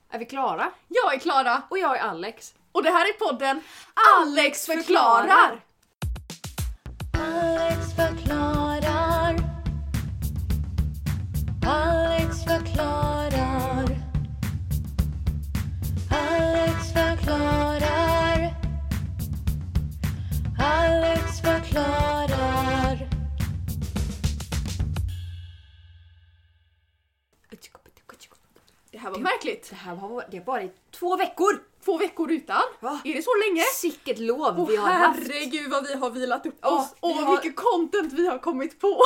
Är vi klara? Jag är Klara. Och jag är Alex. Och det här är podden Alex förklarar. Alex förklarar. Alex förklarar. Alex förklarar. Alex förklarar. Det här var märkligt. Det har varit 2 veckor. 2 veckor utan. Va? Är det så länge? Sicket lov Åh vi har haft. herregud vad vi har vilat upp Ja, oss. Och vi har- mycket content vi har kommit på.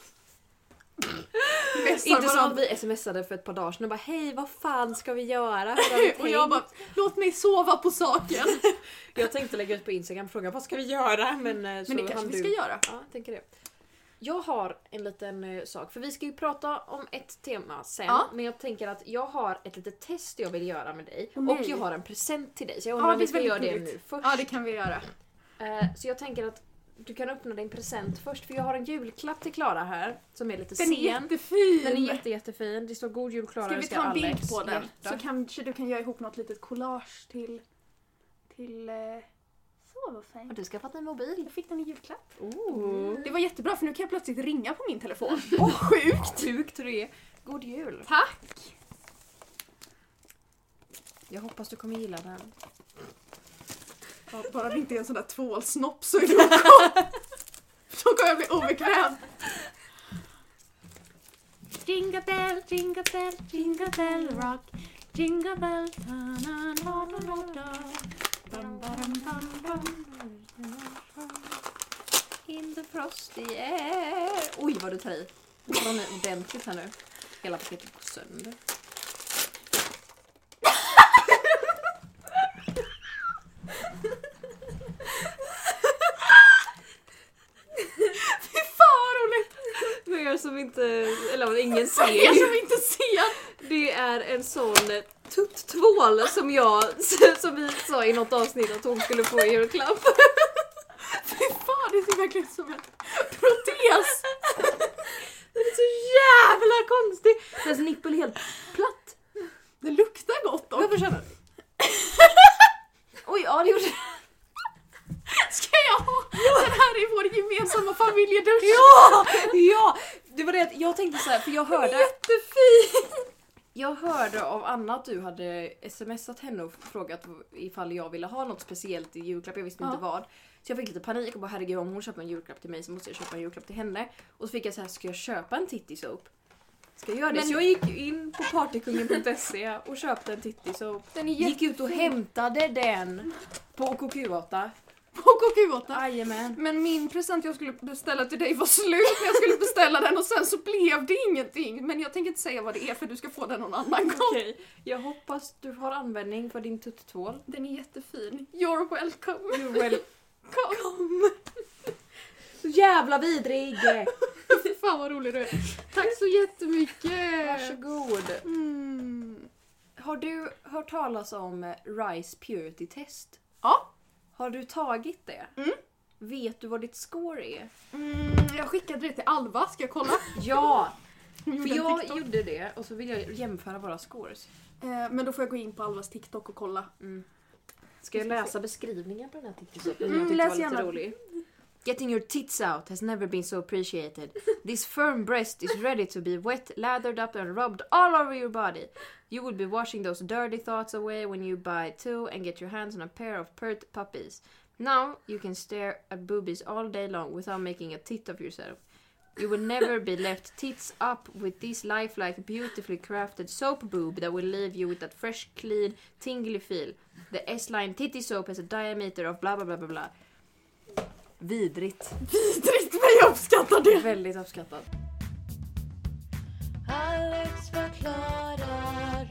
Inte så att vi smsade för ett par dagar sedan och bara hej, vad fan ska vi göra? Och jag bara, låt mig sova på saken. Jag tänkte lägga ut på Instagram och fråga vad ska vi göra? Men Men det kanske vi ska göra. Ja, jag tänker det. Jag har en liten sak, för vi ska ju prata om ett tema sen, Ja. men jag tänker att jag har ett litet test jag vill göra med dig Åh, nej. och jag har en present till dig, så jag undrar Ja, om det vi är ska göra väldigt det roligt. nu först. Ja, det kan vi göra. Så jag tänker att du kan öppna din present först, för jag har en julklapp till Klara här som är lite Den sen. är jättefin. Den är jättefin. Det står god jul Klara. Ska vi älskar ta en Alex, bild på den? hjärta. Så kanske du kan göra ihop något litet collage till så vad Har fint. du skaffat en mobil? Jag fick den i julklapp. Det Det var jättebra för nu kan jag plötsligt ringa på min telefon. Åh, sjukt! sjukt du är. God jul. Tack! Jag hoppas du kommer gilla den. Ja, bara det inte är en sån där tvålsnopp så är det okej. Då kommer jag bli obekväm. Jingle bell, jingle bell, jingle bell rock. Jingle bell, In the frosty air. Oj vad du tar i. Jag tar i ordentligt här nu. Hela paketet går sönder. Fy fan vad roligt! För er som inte, eller ingen För er ser. som inte ser. Det är en sån tuttvål som vi sa i något avsnitt att hon skulle få i julklapp. Fy fan, det ser verkligen ut som en protes. Den är så jävla konstig. Dess nippel är helt platt. Det luktar gott dock. Jag får känna. Oj, ja det gjorde det. Ska jag ha den här i vår gemensamma familjedusch? Ja, det var det att jag tänkte så här, för jag hörde Jättefin! Jag hörde av Anna att du hade smsat henne och frågat ifall jag ville ha något speciellt i julklapp. Jag visste inte vad. Så jag fick lite panik och bara herregud, om hon köper en julklapp till mig så måste jag köpa en julklapp till henne. Och så fick jag så här, ska jag köpa en Titty Soap? Ska jag göra det? Men- Så jag gick in på partykungen.se och köpte en Titty Soap. Den är Gick ut och hämtade den på KQ8. på KQ8. Jajamän. Men min present jag skulle beställa till dig var slut när jag skulle beställa den och sen så blev det ingenting. Men jag tänker inte säga vad det är för du ska få den någon annan gång. Okej, jag hoppas du har användning för din tuttvål. Den är jättefin. You're welcome. You're welcome. Så jävla vidrig. Fy fan vad rolig du är. Tack så jättemycket. Varsågod. Mm. Har du hört talas om Rice Purity Test? Ja. Har du tagit det? Mm. Vet du vad ditt score är? Jag skickade det till Alva, ska jag kolla? Ja! Hon gjorde För en jag TikTok. gjorde det och så vill jag jämföra våra scores. Men då får jag gå in på Alvas TikTok och kolla. Ska jag läsa beskrivningen på den här TikTok-appen? Mm, Jag tyckte läs var lite gärna. rolig. Getting your tits out has never been so appreciated. This firm breast is ready to be wet, lathered up and rubbed all over your body. You will be washing those dirty thoughts away when you buy two and get your hands on a pair of pert puppies. Now you can stare at boobies all day long without making a tit of yourself. You will never be left tits up with this lifelike, beautifully crafted soap boob that will leave you with that fresh, clean, tingly feel. The S-line titty soap has a diameter of bla bla bla bla bla. Vidrigt. Vidrigt, men jag uppskattar det. Väldigt uppskattat. Alex förklarar.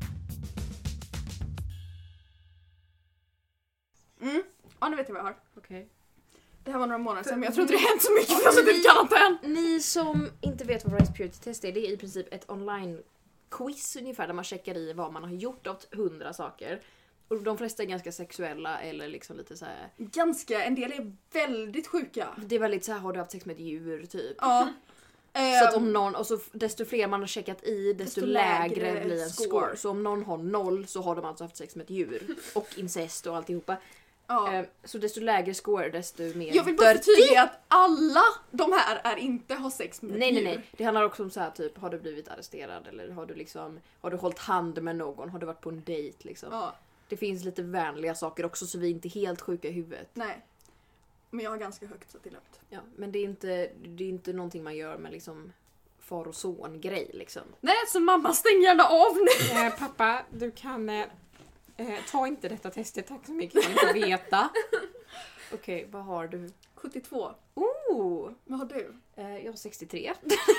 Ja, nu vet jag vad jag har. Okej. Det här var några månader sedan men jag tror inte det har hänt så mycket för jag har suttit i karantän. Ni som inte vet vad Rice Purity Test är, det är i princip ett online-quiz ungefär där man checkar i vad man har gjort av 100 saker. Och de flesta är ganska sexuella eller liksom lite så här. Ganska, en del är väldigt sjuka. Det är väldigt så här, har du haft sex med ett djur typ. Ja. Så att om någon, och så desto fler man har checkat i, desto lägre blir en score. Så om någon har 0 så har de alltså haft sex med ett djur. Och incest och alltihopa. Ja. Så desto lägre score, desto mer Jag vill bara förtydliga att alla de här är inte har sex med ett djur. Nej. Det handlar också om så här typ, har du blivit arresterad eller har du hållit hand med någon, har du varit på en dejt liksom. Ja. Det finns lite vänliga saker också så vi är inte helt sjuka i huvudet. Nej. Men jag har ganska högt så det är lugnt. Ja, men det är inte någonting man gör med liksom far och son grej liksom. Nej, så mamma stäng gärna av nu. Pappa, du kan ta inte detta testet, tack så mycket. Jag kan inte veta. Okej, vad har du? 72. Oh! Vad har du? Jag har 63.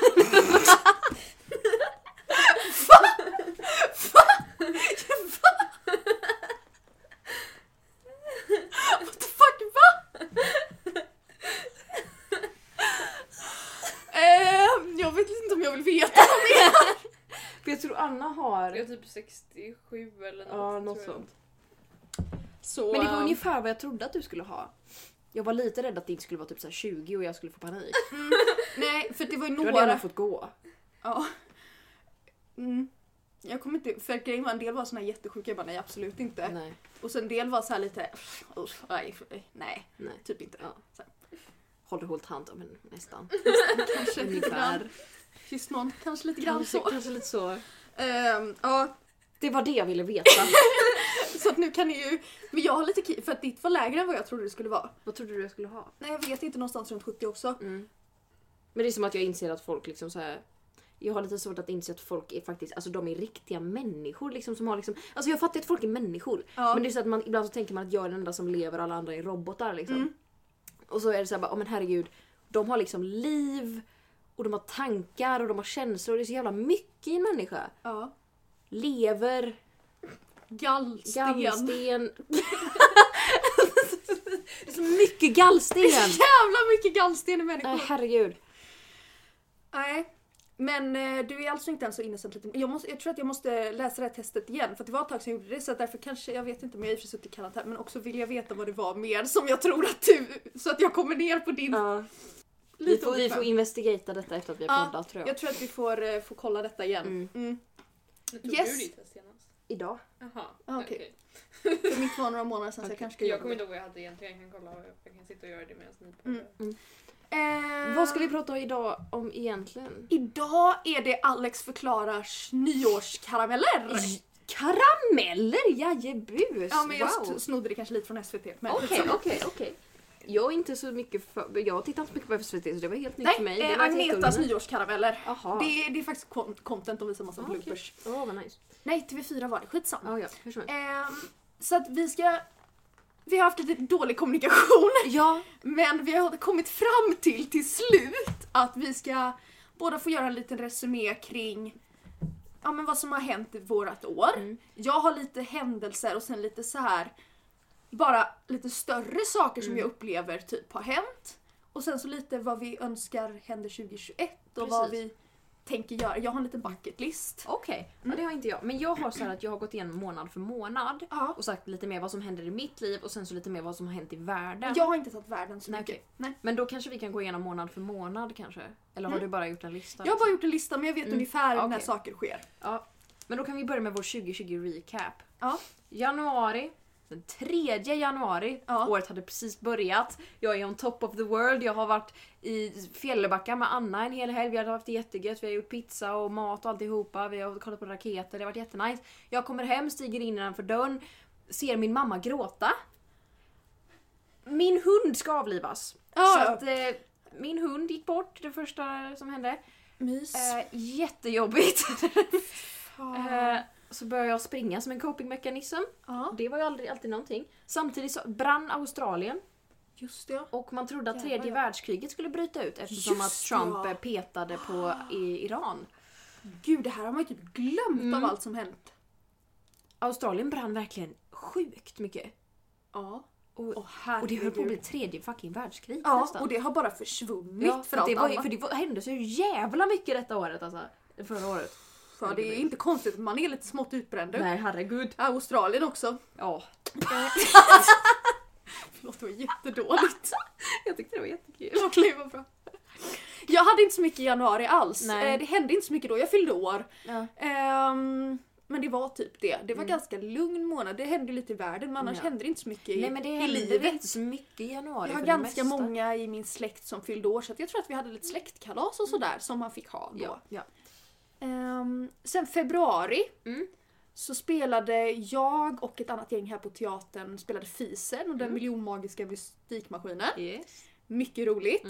What the fuck, va? Jag vet inte om jag vill veta mer. För jag tror Anna har... Jag är typ 67 eller något. Ja, något tror jag. sånt. Så, Men det var ungefär vad jag trodde att du skulle ha. Jag var lite rädd att det inte skulle vara typ så här 20 och jag skulle få panik. nej, för det var ju Då hade jag några... nog fått gå. Ja. Jag kommer inte... För grejen var en del var såna här jättesjuka, jag bara nej absolut inte. Nej. Och sen en del var så här lite... nej, typ inte. Ja. Så. Har du hållit hand? Men nästan. Kanske lite grann. Ungefär. Kysst någon, kanske lite grann så. Kanske lite så. Ja, Det var det jag ville veta. så att nu kan ni ju... Men jag har lite för att ditt var lägre än vad jag trodde det skulle vara. Vad trodde du jag skulle ha? Nej, jag vet inte, någonstans runt 70 också. Mm. Men det är som att jag inser att folk liksom så här. Jag har lite svårt att inse att folk är faktiskt, alltså de är riktiga människor liksom som har liksom, alltså jag fattar att folk är människor. Ja. Men det är så att man, ibland så tänker man att jag är den enda som lever och alla andra är robotar liksom. Och så är det så här bara, men herregud, de har liksom liv och de har tankar och de har känslor, det är så jävla mycket i en människa. Ja. Lever, gallsten. Det är så mycket gallsten. Jävla mycket gallsten i människor. Nej, herregud. Nej. Men du är alltså inte ens så innocent lite. Jag tror att jag måste läsa det här testet igen. För att det var ett tag sedan jag gjorde det. Så att därför kanske, jag vet inte om jag är för suttit i karantän. Men också vill jag veta vad det var mer som jag tror att du... Så att jag kommer ner på din... Ja. Lite Vi får investigata detta efter att vi har poddat tror jag. Jag tror att vi får kolla detta igen. Mm. När tog Yes. du ditt test senast? Idag. Jaha, Okej. För mitt var några månader sedan så jag kanske ska Jag göra kommer det. inte ihåg vad jag hade egentligen. Jag kan kolla och jag kan sitta och göra det medan ni poddar. Vad ska vi prata idag om egentligen? Idag är det Alex förklarars nyårskarameller. Karameller, jajebus! Ja, men jag wow. snodde det kanske lite från SVT. Men Okej. Jag är inte så mycket jag tittar inte så mycket på SVT så det var helt nytt Nej, för mig. Det lät Agnetas jätteunderligt. nyårskarameller. Jaha. Det är faktiskt content och visar massa Okej. bloopers. Vad nice. Nej, TV4 var det. Skitsamma. Ja, hur som helst. Så att vi har haft lite dålig kommunikation. Ja, Men vi har kommit fram till slut att vi ska båda få göra en liten resumé kring men vad som har hänt i vårat år. Jag har lite händelser och sen lite så här bara lite större saker som jag upplever typ har hänt. Och sen så lite vad vi önskar händer 2021 och vad Precis. vi tänker göra. Jag har en liten bucket list. okej. Ja, det har inte jag. Men jag har så här att jag har gått igenom månad för månad Ja. och sagt lite mer vad som händer i mitt liv och sen så lite mer vad som har hänt i världen. Jag har inte tagit världen så Nej, mycket. okej. Nej. Men då kanske vi kan gå igenom månad för månad kanske? Eller har du bara gjort en lista? Jag har bara gjort en lista men jag vet ungefär när okej. saker sker. Ja, men då kan vi börja med vår 2020 recap. Ja. Januari, den 3 januari, Ja. året hade precis börjat. Jag är on top of the world. Jag har varit i Fjällbacka med Anna en hel helg. Vi har haft det jättegött. Vi har gjort pizza och mat och alltihopa. Vi har kollat på raketer. Det har varit jättenice. Jag kommer hem, stiger in innanför dörren, ser min mamma gråta. Min hund ska avlivas. Ja. Så att min hund gick bort, det första som hände. Mys. Jättejobbigt. Så började jag springa som en copingmekanism. Ja, Det var ju alltid någonting. Samtidigt så brann Australien just det. och man trodde att Jävlar, tredje ja. världskriget skulle bryta ut eftersom Just att Trump ja. petade på Iran. Gud, det här har man ju typ glömt av allt som hänt. Australien brann verkligen sjukt mycket. Ja. Och, Åh, och det herregud. höll på att bli tredje fucking världskrig Ja, nästan. och det har bara försvunnit Ja, för för allt det var, annat. för det hände så jävla mycket detta året alltså. Förra året. Ja, det är inte konstigt, man är lite smått utbränd. Nej, herregud. Australien också. Ja, Förlåt, det var jättedåligt. jag tyckte det var jättekul. Okej, vad bra. Jag hade inte så mycket i januari alls. Nej. Det hände inte så mycket då, jag fyllde år. Ja. Men det var typ det. Det var ganska lugn månad. Det hände lite i världen men annars Ja. hände det inte så mycket Nej, men det i hände livet. inte så mycket i januari. Jag har för det ganska mesta. många i min släkt som fyllde år så att jag tror att vi hade lite släktkalas och sådär som man fick ha då. Ja. Sen februari Mm. så spelade jag och ett annat gäng här på teatern spelade Fisen och den miljonmagiska mystikmaskinen. Yes. Mycket roligt.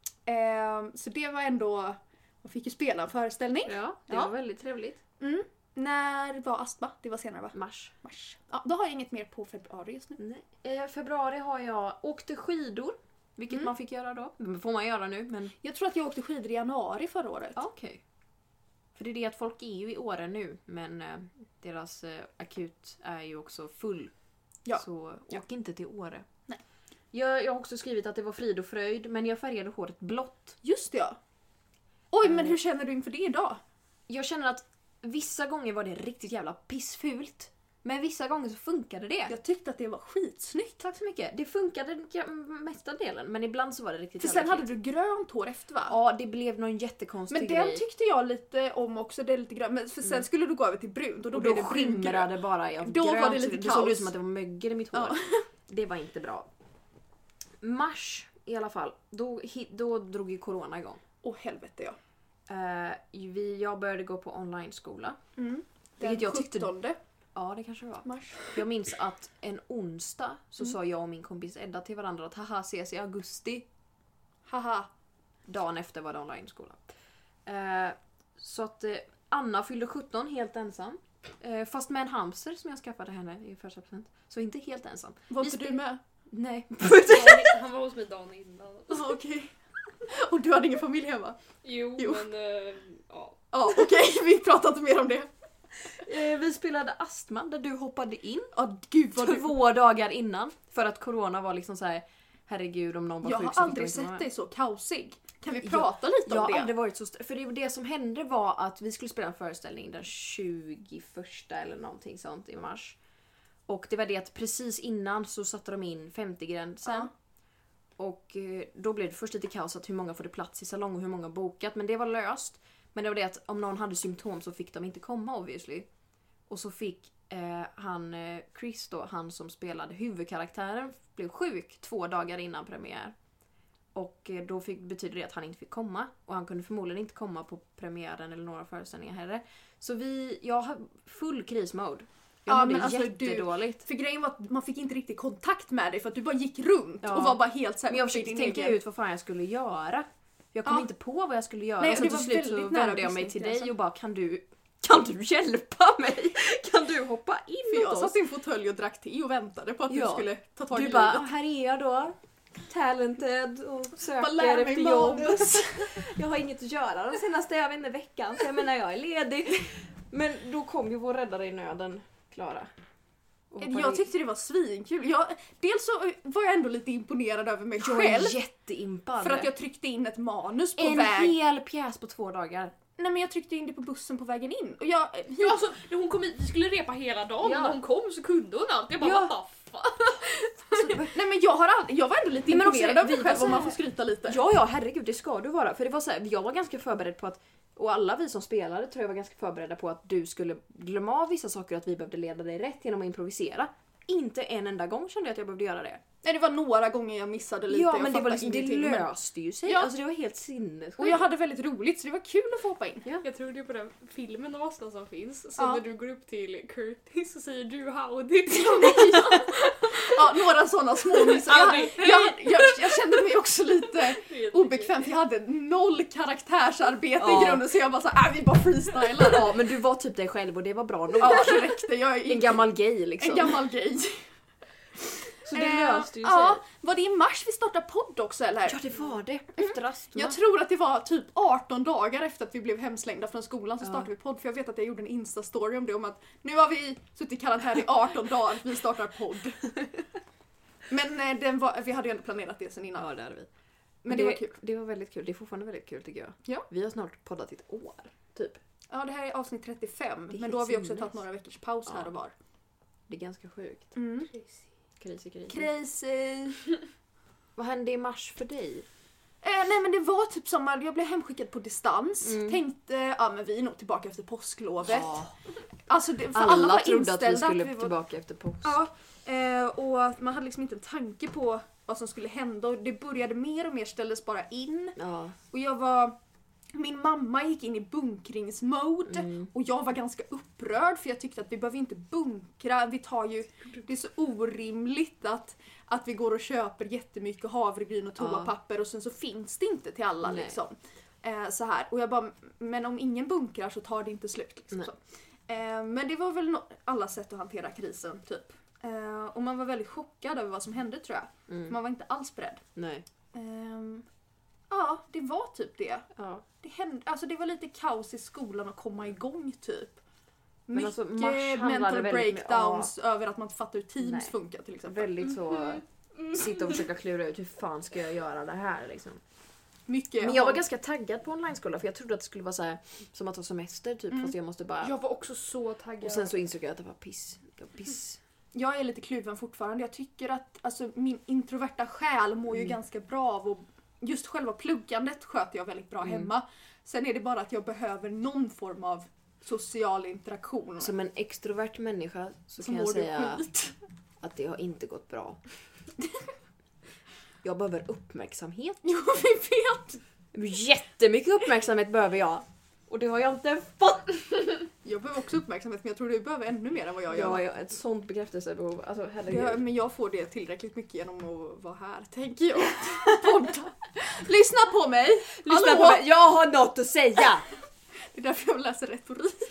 Så det var ändå, man fick ju spela en föreställning. Ja, det Ja. var väldigt trevligt. När var Astma? Det var senare va? Mars. Mars. Ja, då har jag inget mer på februari just nu. Nej. Februari har jag åkte skidor. Vilket man fick göra då. Det får man göra nu, men... Jag tror att jag åkte skidor i januari förra året. Ja, okej. För det är det att folk är ju i Åre nu, men deras akut är ju också full. Ja. Så åk inte till Åre. Nej. Jag har också skrivit att det var frid och fröjd, men jag färgade håret blått. Just det, ja. Oj, men hur känner du inför det idag? Jag känner att vissa gånger var det riktigt jävla pissfult. Men vissa gånger så funkade det. Jag tyckte att det var skitsnyggt. Tack så mycket. Det funkade mesta delen, men ibland så var det riktigt För jävla sen hade fult. du grönt hår efter va? Ja, det blev någon jättekonstig Men grej. den tyckte jag lite om också, det är lite grönt. Men för sen skulle du gå över till brunt och då Och blev då det brungrönt. skimrade bara av Då var grönt, det så lite det såg kaos. ut som att det var mögel i mitt hår. Ja. Det var inte bra. Mars i alla fall, då drog ju corona igång. Åh helvete ja. Jag började gå på online-skola. Den Vilket jag tyckte... 17 Ja, det kanske det var. mars. Jag minns att en onsdag så sa jag och min kompis Edda till varandra att haha, ses i augusti. Haha. Dagen efter var det online-skola. Så att Anna fyllde 17 helt ensam. Fast med en hamster som jag skaffade henne i första present. Så inte helt ensam. Var inte du med? Nej. Han var hos mig dagen innan. Ja, okej. Och du hade ingen familj hemma? Jo. Men ja. Ja, okej. Vi pratar inte mer om det. Vi spelade Astma där du hoppade in Ja, gud vad du... 2 dagar innan. För att corona var liksom så här. Herregud, om någon var Jag sjuk har så fick aldrig de inte vara sett med. dig så kaosig. Kan vi Ja, prata lite Jag om har det? aldrig varit så för det som hände var att vi skulle spela en föreställning den 21 eller någonting sånt i mars. Och det var det att precis innan så satte de in 50-gränsen. Ja. Och då blev det först lite kaos att hur många får det plats i salong och hur många bokat. Men det var löst. Men det var det att om någon hade symptom så fick de inte komma obviously. Och så fick Chris då, han som spelade huvudkaraktären, blev sjuk 2 dagar innan premiär. Och då betyder det att han inte fick komma. Och han kunde förmodligen inte komma på premiären eller några föreställningar heller. Så jag har full krismode. Jag Ja, mådde men alltså, jättedåligt. För grejen var att man fick inte riktigt kontakt med dig för att du bara gick runt Ja. och var bara helt såhär. Men jag försökte tänka ut vad fan jag skulle göra. Jag kom Ja. inte på vad jag skulle göra. Nej, så det till var slut så väldigt nära vände jag mig till dig businessgränsen. och bara kan du hjälpa mig? Kan du hoppa in För jag åt oss? satt i en fåtölj och drack te och väntade på att Ja. du skulle ta tag i Du bara, livet. här är jag då. Talented och Bara söker lär mig efter jobb. manus. Jag har inget att göra den senaste, jag vet inte, veckan. Så jag menar, jag är ledig. Men då kom ju vår räddare i nöden, Klara. Och hoppade Jag in. tyckte det var svinkul. Dels så var jag ändå lite imponerad över mig Jag själv. är jätteimpad. För att jag tryckte in ett manus på en väg. hel pjäs på 2 dagar. Nej men jag tryckte in det på bussen på vägen in. Och Ja, alltså, när hon kom hit, vi skulle repa hela dagen. Ja. När hon kom så kunde hon allt. Jag bara, Ja. what the fuck? Nej men jag var ändå lite Nej, men också, imponerad av mig vi själv var om man så får här- skryta lite. Ja, herregud, det ska du vara. För det var så här, jag var ganska förberedd på att, och alla vi som spelade tror jag var ganska förberedda på att du skulle glömma av vissa saker och att vi behövde leda dig rätt genom att improvisera. Inte en enda gång kände jag att jag behövde göra det. Nej det var några gånger jag missade lite. Ja, jag men det var fattade liksom, det ingenting, men- löste ju sig. Ja. Alltså det var helt sinnessjukt. Och jag hade väldigt roligt så det var kul att få hoppa in. Jag tror det är på den filmen av Asna som finns. Så Ja. när du går upp till Curtis så säger du howdy till Ja, några sådana små missar. Aldrig. Jag kände mig också lite obekväm för jag hade 0 karaktärsarbete Ja. i grunden så jag bara såhär, vi bara freestylar. Ja, men du var typ dig själv och det var bra nog. Ja, det räckte. Jag är En gammal gay liksom. en gammal grej. Så det löste ju sig. Ja, var det i mars vi startade podd också eller? Ja, det var det. Efter astma. Jag tror att det var typ 18 dagar efter att vi blev hemslängda från skolan så Ja. startade vi podd. För jag vet att jag gjorde en Insta-story om det, om att nu har vi suttit i karantän i 18 dagar, vi startar podd. Men vi hade ju ändå planerat det sen innan. Ja, det hade vi. Men det var kul. Det var väldigt kul. Det är fortfarande väldigt kul tycker jag. Ja. Vi har snart poddat i ett år, typ. Ja, det här är avsnitt 35. Det är Men då har vi också sinnes. tagit några veckors paus Ja. här och var. Det är ganska sjukt. Mm. Crazy. Crazy. Vad hände i mars för dig? Nej men det var typ som att jag blev hemskickad på distans. Mm. Tänkte, men vi är nog tillbaka efter påsklovet. Ja. Alltså för Alla var trodde att vi inställda skulle var- tillbaka efter påsk. Ja, och att man hade liksom inte en tanke på vad som skulle hända. Och det började mer och mer ställdes bara in. Ja. Och min mamma gick in i bunkringsmode Mm. och jag var ganska upprörd för jag tyckte att vi behöver inte bunkra. Det är så orimligt att vi går och köper jättemycket havregryn och toapapper och sen så finns det inte till alla Nej. liksom. Så här. Och jag bara, men om ingen bunkrar så tar det inte slut. Liksom, Nej. så. Men det var väl alla sätt att hantera krisen typ. Och man var väldigt chockad över vad som hände tror jag. Mm. Man var inte alls beredd. Nej. Ja, det var typ det. Ja. Det hände, alltså det var lite kaos i skolan att komma igång typ. Men Mycket alltså, mars handlade mental väldigt mycket- breakdowns över att man inte fattar hur Teams Nej. funkar till exempel. Väldigt så... Sitta och försöka klura ut hur fan ska jag göra det här liksom. Mycket. Men jag var ganska taggad på online-skola för jag trodde att det skulle vara så här, som att ha semester typ fast jag måste bara... Jag var också så taggad. Och sen så insåg jag att det var piss. Det var piss. Jag är lite kluven fortfarande. Jag tycker att alltså, min introverta själ mår ju ganska bra av och just själva pluggandet sköter jag väldigt bra hemma. Sen är det bara att jag behöver någon form av social interaktion. Som en extrovert människa så som kan jag mår du säga skit. att det har inte gått bra. Jag behöver uppmärksamhet. Jo, vi vet. Jättemycket uppmärksamhet behöver jag. Och det har jag inte fått. Jag behöver också uppmärksamhet men jag tror du behöver ännu mer än vad jag gör. Jag har ett sånt bekräftelsebehov. Alltså herregud. Men jag får det tillräckligt mycket genom att vara här, tänker jag. Podda. Lyssna på mig! Lyssna Hallå? på mig. Jag har något att säga. Det är därför jag läser retorik.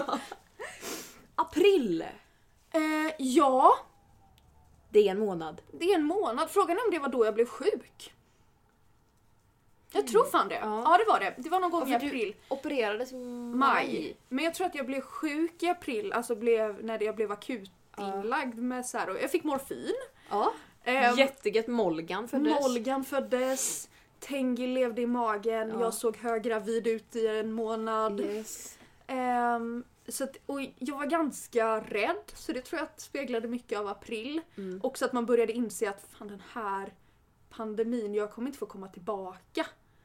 April. Ja, Det är en månad. det är en månad. Frågan är om det var då jag blev sjuk. Jag tror fan det. Ja. Ja, det var det. Det var någon gång i Ja, för april. Opererades i Maj. Men jag tror att jag blev sjuk i april, alltså när jag blev akut inlagd med så här, och jag fick morfin. Ja. Ehm, Jättegött. Molgan föddes. Molgan föddes. Tengi levde i magen. Ja. Jag såg höggravid ut i en månad. Yes. Så att, och jag var ganska rädd, så det tror jag att speglade mycket av april. Mm. Också att man började inse att fan, den här pandemin, jag kommer inte få komma tillbaka.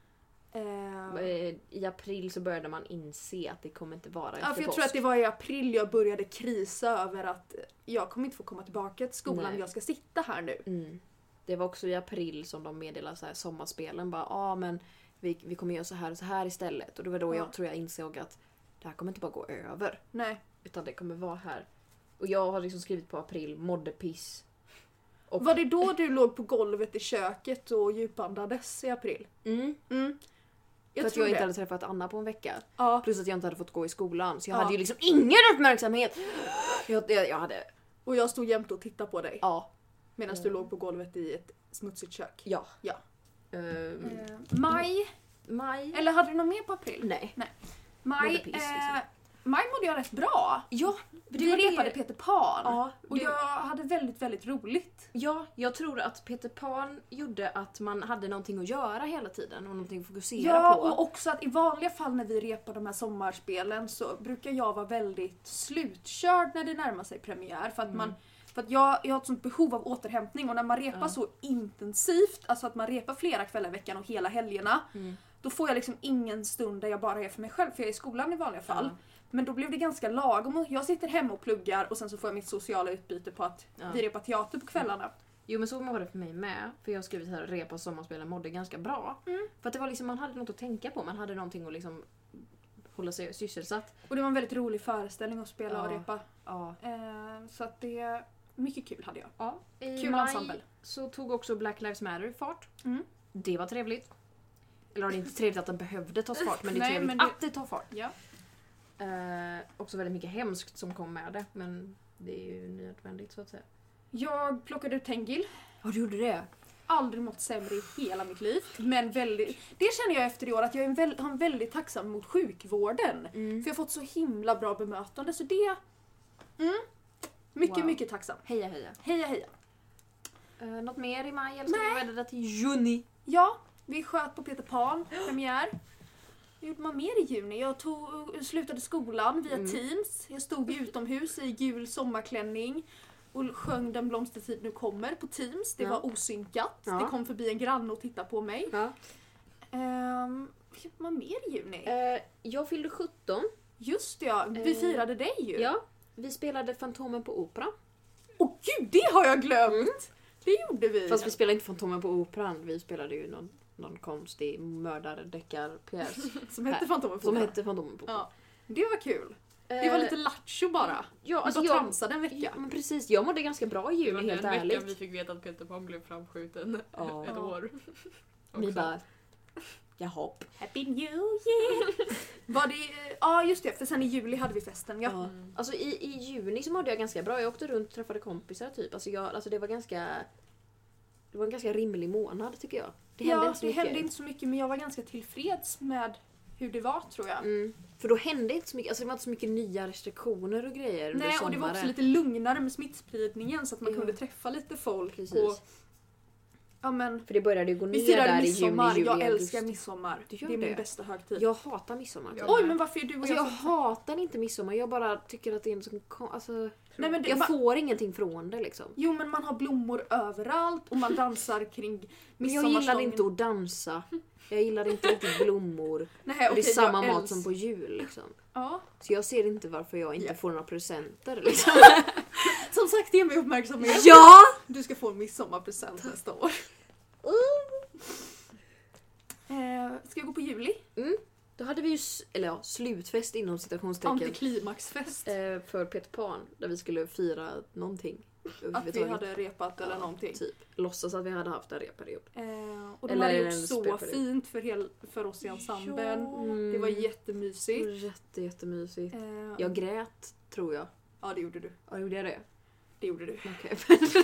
I april så började man inse att det kommer inte vara Ja, efter för jag påsk. tror att det var i april jag började krisa över att jag kommer inte få komma tillbaka till skolan, Nej. jag ska sitta här nu. Mm. Det var också i april som de meddelade så här sommarspelen. Bara, men vi kommer göra så här och så här istället. Och det var då jag tror jag insåg att det här kommer inte bara gå över. Nej. Utan det kommer vara här. Och jag har liksom skrivit på april, mådde piss. Och, Var det då du låg på golvet i köket och djupandades i april? Mm. Jag För att tror jag inte det. hade träffat Anna på en vecka. Ja. Plus att jag inte hade fått gå i skolan. Så jag Ja. hade ju liksom ingen uppmärksamhet. Jag hade... Och jag stod jämt och tittade på dig Ja. medan du låg på golvet i ett smutsigt kök. Ja. Ja. Maj. Maj. Eller hade du något mer på april? Nej. Maj, Mådde piss, liksom. Maj mådde jag rätt bra. Ja. Vi repade Peter Pan. Ja, Och jag hade väldigt, väldigt roligt. Ja, jag tror att Peter Pan gjorde att man hade någonting att göra hela tiden och någonting att fokusera Ja, på. och också att i vanliga fall när vi repar de här sommarspelen så brukar jag vara väldigt slutkörd när det närmar sig premiär. För att jag har ett sånt behov av återhämtning och när man repar så intensivt, alltså att man repar flera kvällar i veckan och hela helgerna, då får jag liksom ingen stund där jag bara är för mig själv, för jag är i skolan i vanliga fall. Men då blev det ganska lagom. Jag sitter hemma och pluggar och sen så får jag mitt sociala utbyte på att vi repar teater på kvällarna. Jo, men så var det för mig med. För jag har skrivit här, repa sommarspelen mådde ganska bra. För att det var liksom, man hade något att tänka på. Man hade någonting att liksom hålla sig sysselsatt. Och det var en väldigt rolig föreställning att spela och repa. Ja. Så att det är mycket kul hade jag. Ja. I Kul maj ensemble. så tog också Black Lives Matter fart. Mm. Det var trevligt. Eller det är inte trevligt att den behövde tas fart, men det är Nej, trevligt men det- att det tar fart. Ja. Också väldigt mycket hemskt som kom med det, men det är ju nödvändigt så att säga. Jag plockade ut Tengil. Ja, du gjorde det? Aldrig mått sämre i hela mitt liv. Men väldigt, det känner jag efter i år att jag är har en väldigt tacksam mot sjukvården. För jag har fått så himla bra bemötande så det... Mycket, Wow. mycket tacksam. Heja, heja. Heja, heja. Något mer i maj eller ska vi vända det till juni? Ja, vi sköt på Peter Pan, premiär. Vad gjorde man mer i juni? Jag slutade skolan via Teams. Jag stod utomhus i gul sommarklänning och sjöng Den blomstertid nu kommer på Teams. Det var osynkat. Ja. Det kom förbi en granne och tittade på mig. Ja. Vilket var mer i juni? Jag fyllde 17. Just det, ja. Vi firade dig ju. Ja. Vi spelade Fantomen på Opera. Åh gud, det har jag glömt! Det gjorde vi. Fast vi spelade inte Fantomen på Operan. Vi spelade ju någon konstig mördardeckarpjäs. Som hette Fantomen på Som Opera. hette Fantomen på Opera. Ja, det var kul. Det var lite lattjo bara. Ja, Vi alltså bara jag, tramsade en vecka. ja, men precis. Jag mådde ganska bra i Det var juni, helt den veckan ärligt. vi fick veta att Peter Pan blev framskjuten Ja. ett år. Vi Också. bara... Jaha. Happy New Year! Var det... Ja, just det. För sen i juli hade vi festen. Ja. Ja. Alltså i juni så mådde jag ganska bra. Jag åkte runt och träffade kompisar typ. Alltså det var en ganska rimlig månad tycker jag. Det hände inte så mycket. hände inte så mycket, men jag var ganska tillfreds med hur det var, tror jag. För då hände inte så mycket. Alltså det var inte så mycket nya restriktioner och grejer under Nej, och sommaren. det var också lite lugnare med smittspridningen så att man Ja. kunde träffa lite folk. Precis. Och, ja, men, För det började ju gå vi ner firade där i midsommar. juni, juli, Jag augusti. älskar midsommar. Du gör Det är min det? bästa högtid. Jag hatar midsommar. Ja. Oj, men varför är du och Alltså jag så... hatar inte midsommar. Jag bara tycker att det är en sån... Alltså, Nej, men det, jag får ingenting från det liksom. Jo, men man har blommor överallt och man dansar kring Men jag gillar inte att dansa. Jag gillar inte riktigt blommor. Nej, Och det är okej, samma jag mat som på jul liksom. Ja. Så jag ser inte varför jag inte Ja. får några presenter liksom. Som sagt, ge mig uppmärksamhet. Ja! Du ska få en midsommarpresent nästa år. Ska jag gå på juli? Då hade vi ju slutfest inom citationstecken. Antiklimaxfest. För Peter Pan. Där vi skulle fira någonting. Att vi överhuvudtaget. hade repat eller någonting. Typ. Låtsas att vi hade haft en reperiod. Och de Eller hade en gjort så spelperiod. fint för oss i ensemblen. Det var jättemysigt. Jättemysigt. Eh, Jag grät, tror jag. Ja, det gjorde du. Ja, gjorde jag det? Det gjorde du. Okej.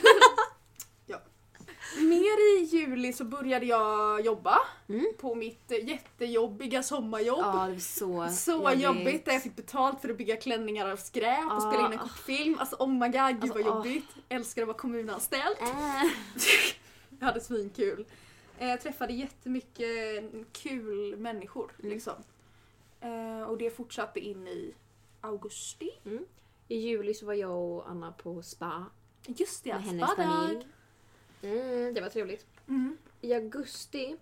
Mer i juli så började jag jobba Mm. på mitt jättejobbiga sommarjobb. Ja, det var Så jobbigt där jag fick betalt för att bygga klänningar av skräp och spela in en kortfilm. Alltså oh my god, gud vad jobbigt. Älskar att vara kommunanställd. Jag hade svinkul. Jag träffade jättemycket kul människor liksom. Och det fortsatte in i augusti. I juli så var jag och Anna på spa Just det, med hennes spa-dag. familj. Det var trevligt. Mm. I augusti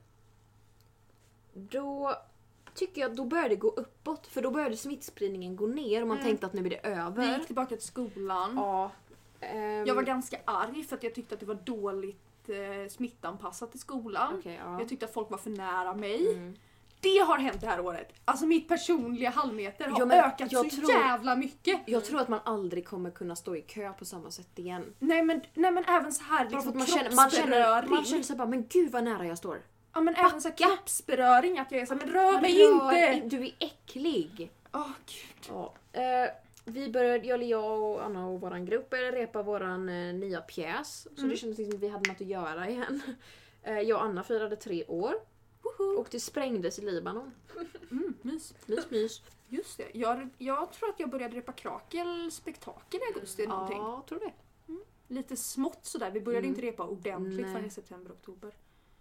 då tycker jag då började det gå uppåt. För då började smittspridningen gå ner och man tänkte att nu är det Vi över. gick tillbaka till skolan. Ja. Jag var ganska arg för att jag tyckte att det var dåligt smittanpassat i skolan. Okej, ja. Jag tyckte att folk var för nära mig. Mm. Det har hänt det här året. Alltså mitt personliga halvmeter har Ja, men ökat jag så tror- jävla mycket. Jag tror att man aldrig kommer kunna stå i kö på samma sätt igen. Nej men även så här Bara för liksom att man kroppsberöring. känner sig bara, men gud vad nära jag står. Ja men även så här kroppsberöring, att jag är så här, men rör mig Rör- inte! Du är äcklig. Åh gud. Ja. Jag och Anna och våran grupp började repa våran nya pjäs. Så det kändes som att vi hade något att göra igen. Jag och Anna firade 3 år. Och det sprängdes i Libanon. Mys. Mys. Just det. Jag tror att jag började repa Krakel-spektakel i augusti eller någonting. Ja, tror det. Lite smått sådär. Vi började Mm. inte repa ordentligt Nej. förrän i september, oktober.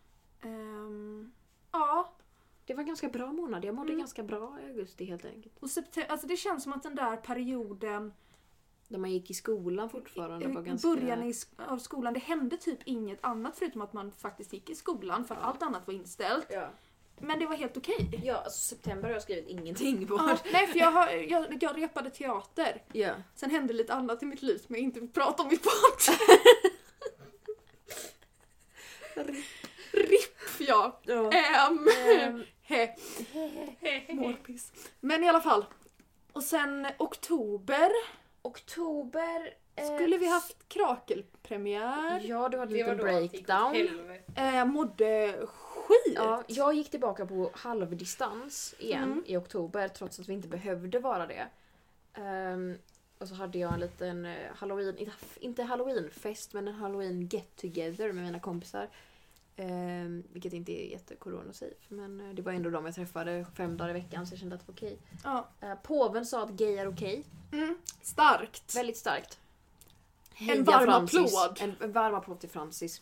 Ja. Det var en ganska bra månad. Jag mådde ganska bra i augusti helt enkelt. Och alltså det känns som att den där perioden Där man gick i skolan fortfarande var i ganska... början av skolan, det hände typ inget annat förutom att man faktiskt gick i skolan för att allt annat var inställt. Ja. Men det var helt okej. Ja, alltså september har jag skrivit ingenting på. Ja, nej, för jag repade teater. Ja. Sen hände lite annat i mitt liv som jag inte vill prata om i podd. RIP, ja. Ja. Målpiss. Men i alla fall. Och sen oktober Oktober... skulle vi haft Krakelpremiär. Ja, du hade en Det var liten då allt gick åt breakdown. helvete. Mådde skit. Ja, jag gick tillbaka på halvdistans igen i oktober trots att vi inte behövde vara det. Och så hade jag en liten halloween, inte halloweenfest men en halloween get together med mina kompisar. Vilket inte är jättecorona-safe. Men det var ändå de jag träffade 5 dagar i veckan så jag kände att det var okej. Ja. Påven sa att gay är okej. Starkt. Väldigt starkt. En varm Francis. applåd. En varm applåd till Francis.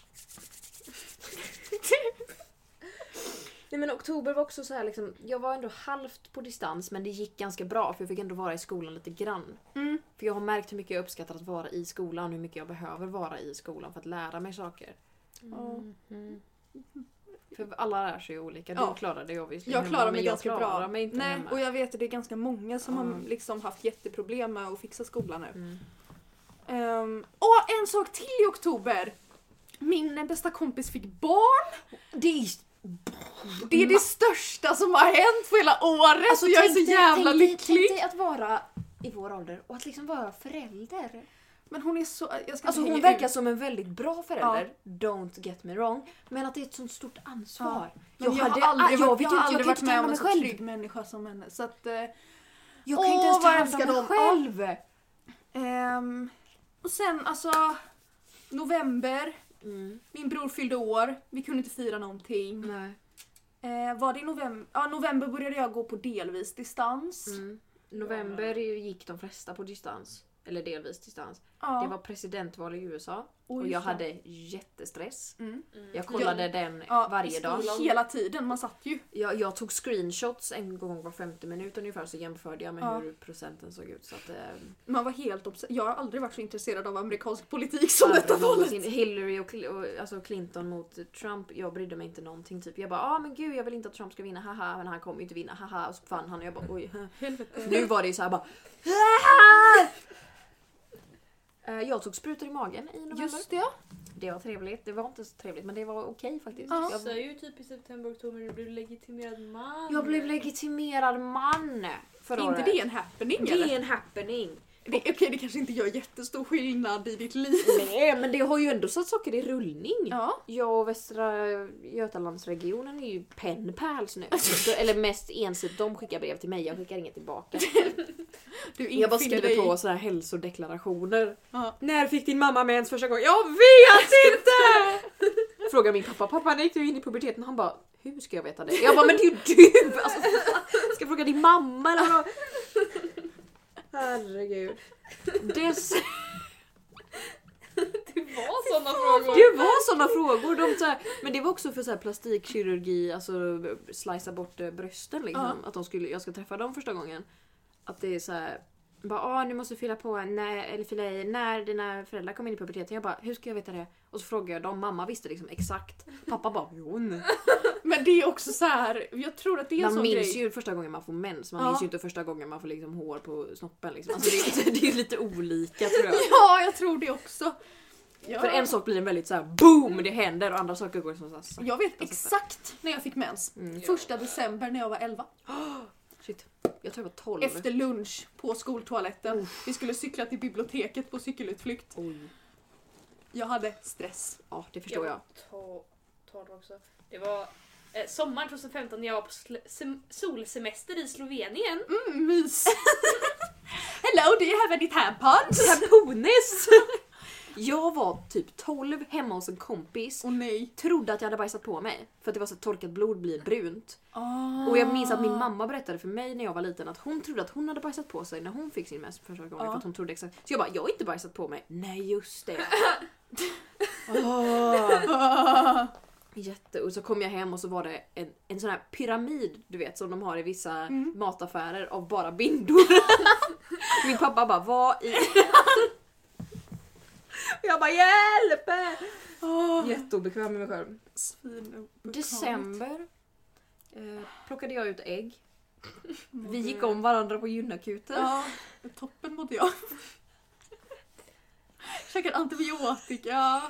Nej men oktober var också så här liksom, jag var ändå halvt på distans men det gick ganska bra för jag fick ändå vara i skolan lite grann. För jag har märkt hur mycket jag uppskattar att vara i skolan och hur mycket jag behöver vara i skolan för att lära mig saker. För alla lär sig ju olika. Du Ja. klarar det obviously Jag hemma, klarar men mig jag ganska klarar bra. mig inte Nej, hemma. och jag vet att det är ganska många som Ja. har liksom haft jätteproblem med att fixa skolan nu. Mm. Och en sak till i oktober. Min bästa kompis fick barn. Det är det största som har hänt på hela året. Alltså, och jag är så jävla lycklig. Tänk dig att vara i vår ålder och att liksom vara förälder. Men hon är så... Jag ska Alltså inte hon hänga verkar ut. som en väldigt bra förälder, don't get me wrong. Men att det är ett sånt stort ansvar. Men jag har aldrig varit jag varit med om en mig så själv. trygg människa som henne. Så att... Jag kan inte ens ta vad hand om älskar mig de själv. Och sen alltså... November. Min bror fyllde år. Vi kunde inte fira någonting. Nej. Var det i november? Ja, november började jag gå på delvis distans. November gick de flesta på distans. Eller delvis distans. Ja. Det var presidentval i USA. Oj, Och jag ja. hade jättestress. Mm. Jag kollade den Ja, varje i dag. skolan. Hela tiden, man satt ju. Jag tog screenshots en gång var 50 minut ungefär, så jämförde jag med Ja. hur procenten såg ut. Så att, Man var helt jag har aldrig varit så intresserad av amerikansk politik som detta aldrig någonsin. valet. Hillary och alltså Clinton mot Trump, jag brydde mig inte någonting. Typ. Jag bara, men gud, jag vill inte att Trump ska vinna, haha, men han kommer ju inte vinna, haha. Och så fann han och jag bara, oj. Nu var det ju så här bara, jag tog sprutor i magen i november. Just det. Det var trevligt. Det var inte så trevligt, men det var okej faktiskt. Ja. Så är ju typ i september, oktober du blev legitimerad man. Jag blev legitimerad man förra Inte året. det en happening Det eller? är en happening. Okej, det kanske inte gör jättestor skillnad i ditt liv. Nej, men det har ju ändå satt saker i rullning. Ja. Jag och Västra Götalandsregionen är ju penpals nu. Eller mest ensidigt, de skickar brev till mig, jag skickar inget tillbaka. Du Jag bara infinner skriver dig. på sådana här hälsodeklarationer. Ja. När fick din mamma mens första gången? Jag vet inte! Frågar min pappa när gick du in i puberteten? Han bara, hur ska jag veta det? Jag bara, men det är ju du! Alltså, ska jag fråga din mamma eller vad? Herregud. Det var såna frågor. Det var såna frågor. De, så här, men det var också för så här, plastikkirurgi, alltså slicea bort brösten liksom. Att jag ska träffa dem första gången. Att det är så här, bara, nu måste fylla på fylla i när dina föräldrar kommer in i puberteten. Jag bara, hur ska jag veta det? Och så frågar jag dem, mamma visste liksom exakt. Pappa bara, nej. Men det är också så här, jag tror att det är en Man sån minns grej. ju första gången man får mens. Man Ja. minns ju inte första gången man får liksom hår på snoppen liksom. Alltså det är lite olika tror jag. Ja, jag tror det också. Ja. För en sak blir en väldigt så här boom, det händer, och andra saker går som så här sakta. Jag vet exakt när jag fick mens. 1 december när jag var 11. Shit. Jag tror jag var 12. Efter lunch på skoltoaletten. Vi skulle cykla till biblioteket på cykelutflykt. Oj. Jag hade stress. Ja, det förstår jag. 12 också. Det var sommaren 2015 när jag var på solsemester i Slovenien. Mys. Hello, do you have any tampons? Tamponis! Jag var typ 12 hemma hos en kompis. Åh nej. Trodde att jag hade bajsat på mig. För att det var så att torkat blod blir brunt. Oh. Och jag minns att min mamma berättade för mig när jag var liten att hon trodde att hon hade bajsat på sig när hon fick sin mens första gången. Ja. För att hon trodde exakt. Så jag bara, jag har inte bajsat på mig. Nej, just det. Jätte. Och så kom jag hem och så var det en sån här pyramid, du vet, som de har i vissa mataffärer av bara bindor. Min pappa bara, vad i... Jag bara, hjälp! Jätteobekväm med mig själv. December plockade jag ut ägg. Vi gick om varandra på gynakuten. Ja, toppen mådde jag. Käkade antibiotika.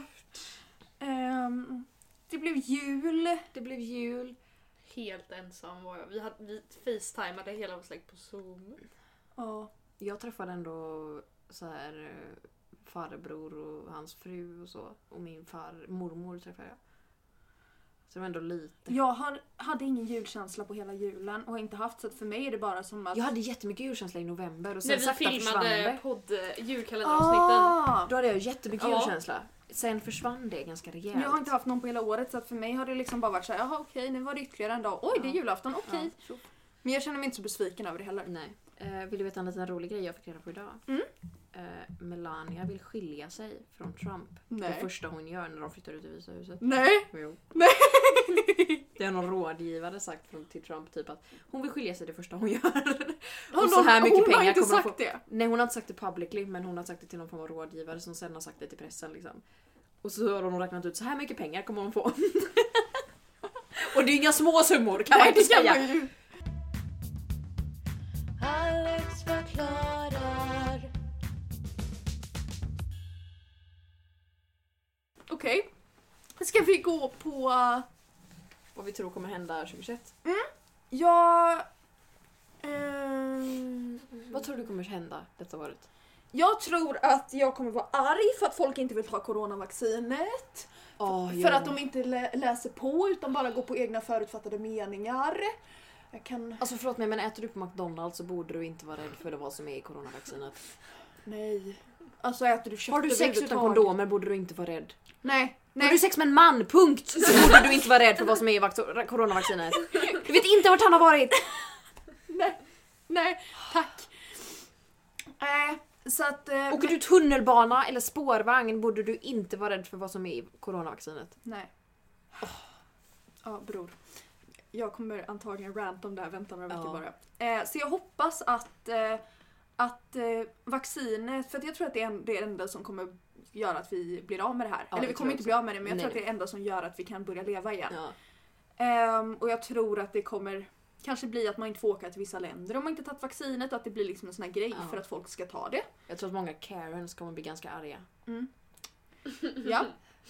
Det blev jul. Det blev jul. Helt ensam var jag. Vi facetimade hela vår släkt på Zoom. Ja. Jag träffade ändå så här farbror och hans fru och så. Och min mormor träffade jag. Så det var ändå lite. Jag hade ingen julkänsla på hela julen och har inte haft, så att för mig är det bara som att... Jag hade jättemycket julkänsla i november och sen När vi sakta försvann filmade det. julkalenderavsnitten. Då hade jag jättemycket Ja. julkänsla. Sen försvann det ganska rejält. Jag har inte haft någon på hela året, så att för mig har det liksom bara varit så här, jaha okej, nu var det ytterligare en dag. Oj, det är julafton, okej. Ja. Men jag känner mig inte så besviken över det heller. Nej. Vill du veta en liten rolig grej jag fick reda på idag? Mm. Melania vill skilja sig från Trump. Nej. Det första hon gör när de flyttar ut i Vita huset. Nej! Jo. Nej! Det har någon rådgivare sagt till Trump typ att hon vill skilja sig det första hon gör. Har Och så här mycket hon har pengar inte kommer hon sagt få. det. Nej, hon har inte sagt det publicly, men hon har sagt det till någon form av rådgivare som sen har sagt det till pressen liksom. Och så har de räknat ut så här mycket pengar kommer hon få. Och det är inga små summor kan man Nej, inte det kan säga. man ju. Alex förklarar. Okej. Ska vi gå på... Vad vi tror kommer hända 2021. Jag... Vad tror du kommer hända detta året? Jag tror att jag kommer vara arg för att folk inte vill ta coronavaccinet. För att de inte läser på utan bara går på egna förutfattade meningar. Jag kan... Alltså förlåt mig, men äter du på McDonalds så borde du inte vara rädd för vad som är i coronavaccinet. Nej. Alltså äter du kött Har du sex utan överhuvudtaget? kondomer borde du inte vara rädd. Nej. Har du sex med en man, punkt, så borde du inte vara rädd för vad som är i coronavaccinet. Du vet inte vart han har varit. Nej, tack. Så att... Åker du tunnelbana eller spårvagn borde du inte vara rädd för vad som är i coronavaccinet. Nej. Ja, bror. Jag kommer antagligen rant om det här, vänta några veckor bara. Så jag hoppas att vaccinet, för att jag tror att det är det enda som kommer göra att vi blir av med det här. Ja, Eller vi kommer inte bli av med det, men jag Nej. tror att det är det enda som gör att vi kan börja leva igen. Ja. Och jag tror att det kommer kanske bli att man inte får åka till vissa länder om man inte tagit vaccinet, och att det blir liksom en sån här grej för att folk ska ta det. Jag tror att många Karens kommer bli ganska arga. Ja.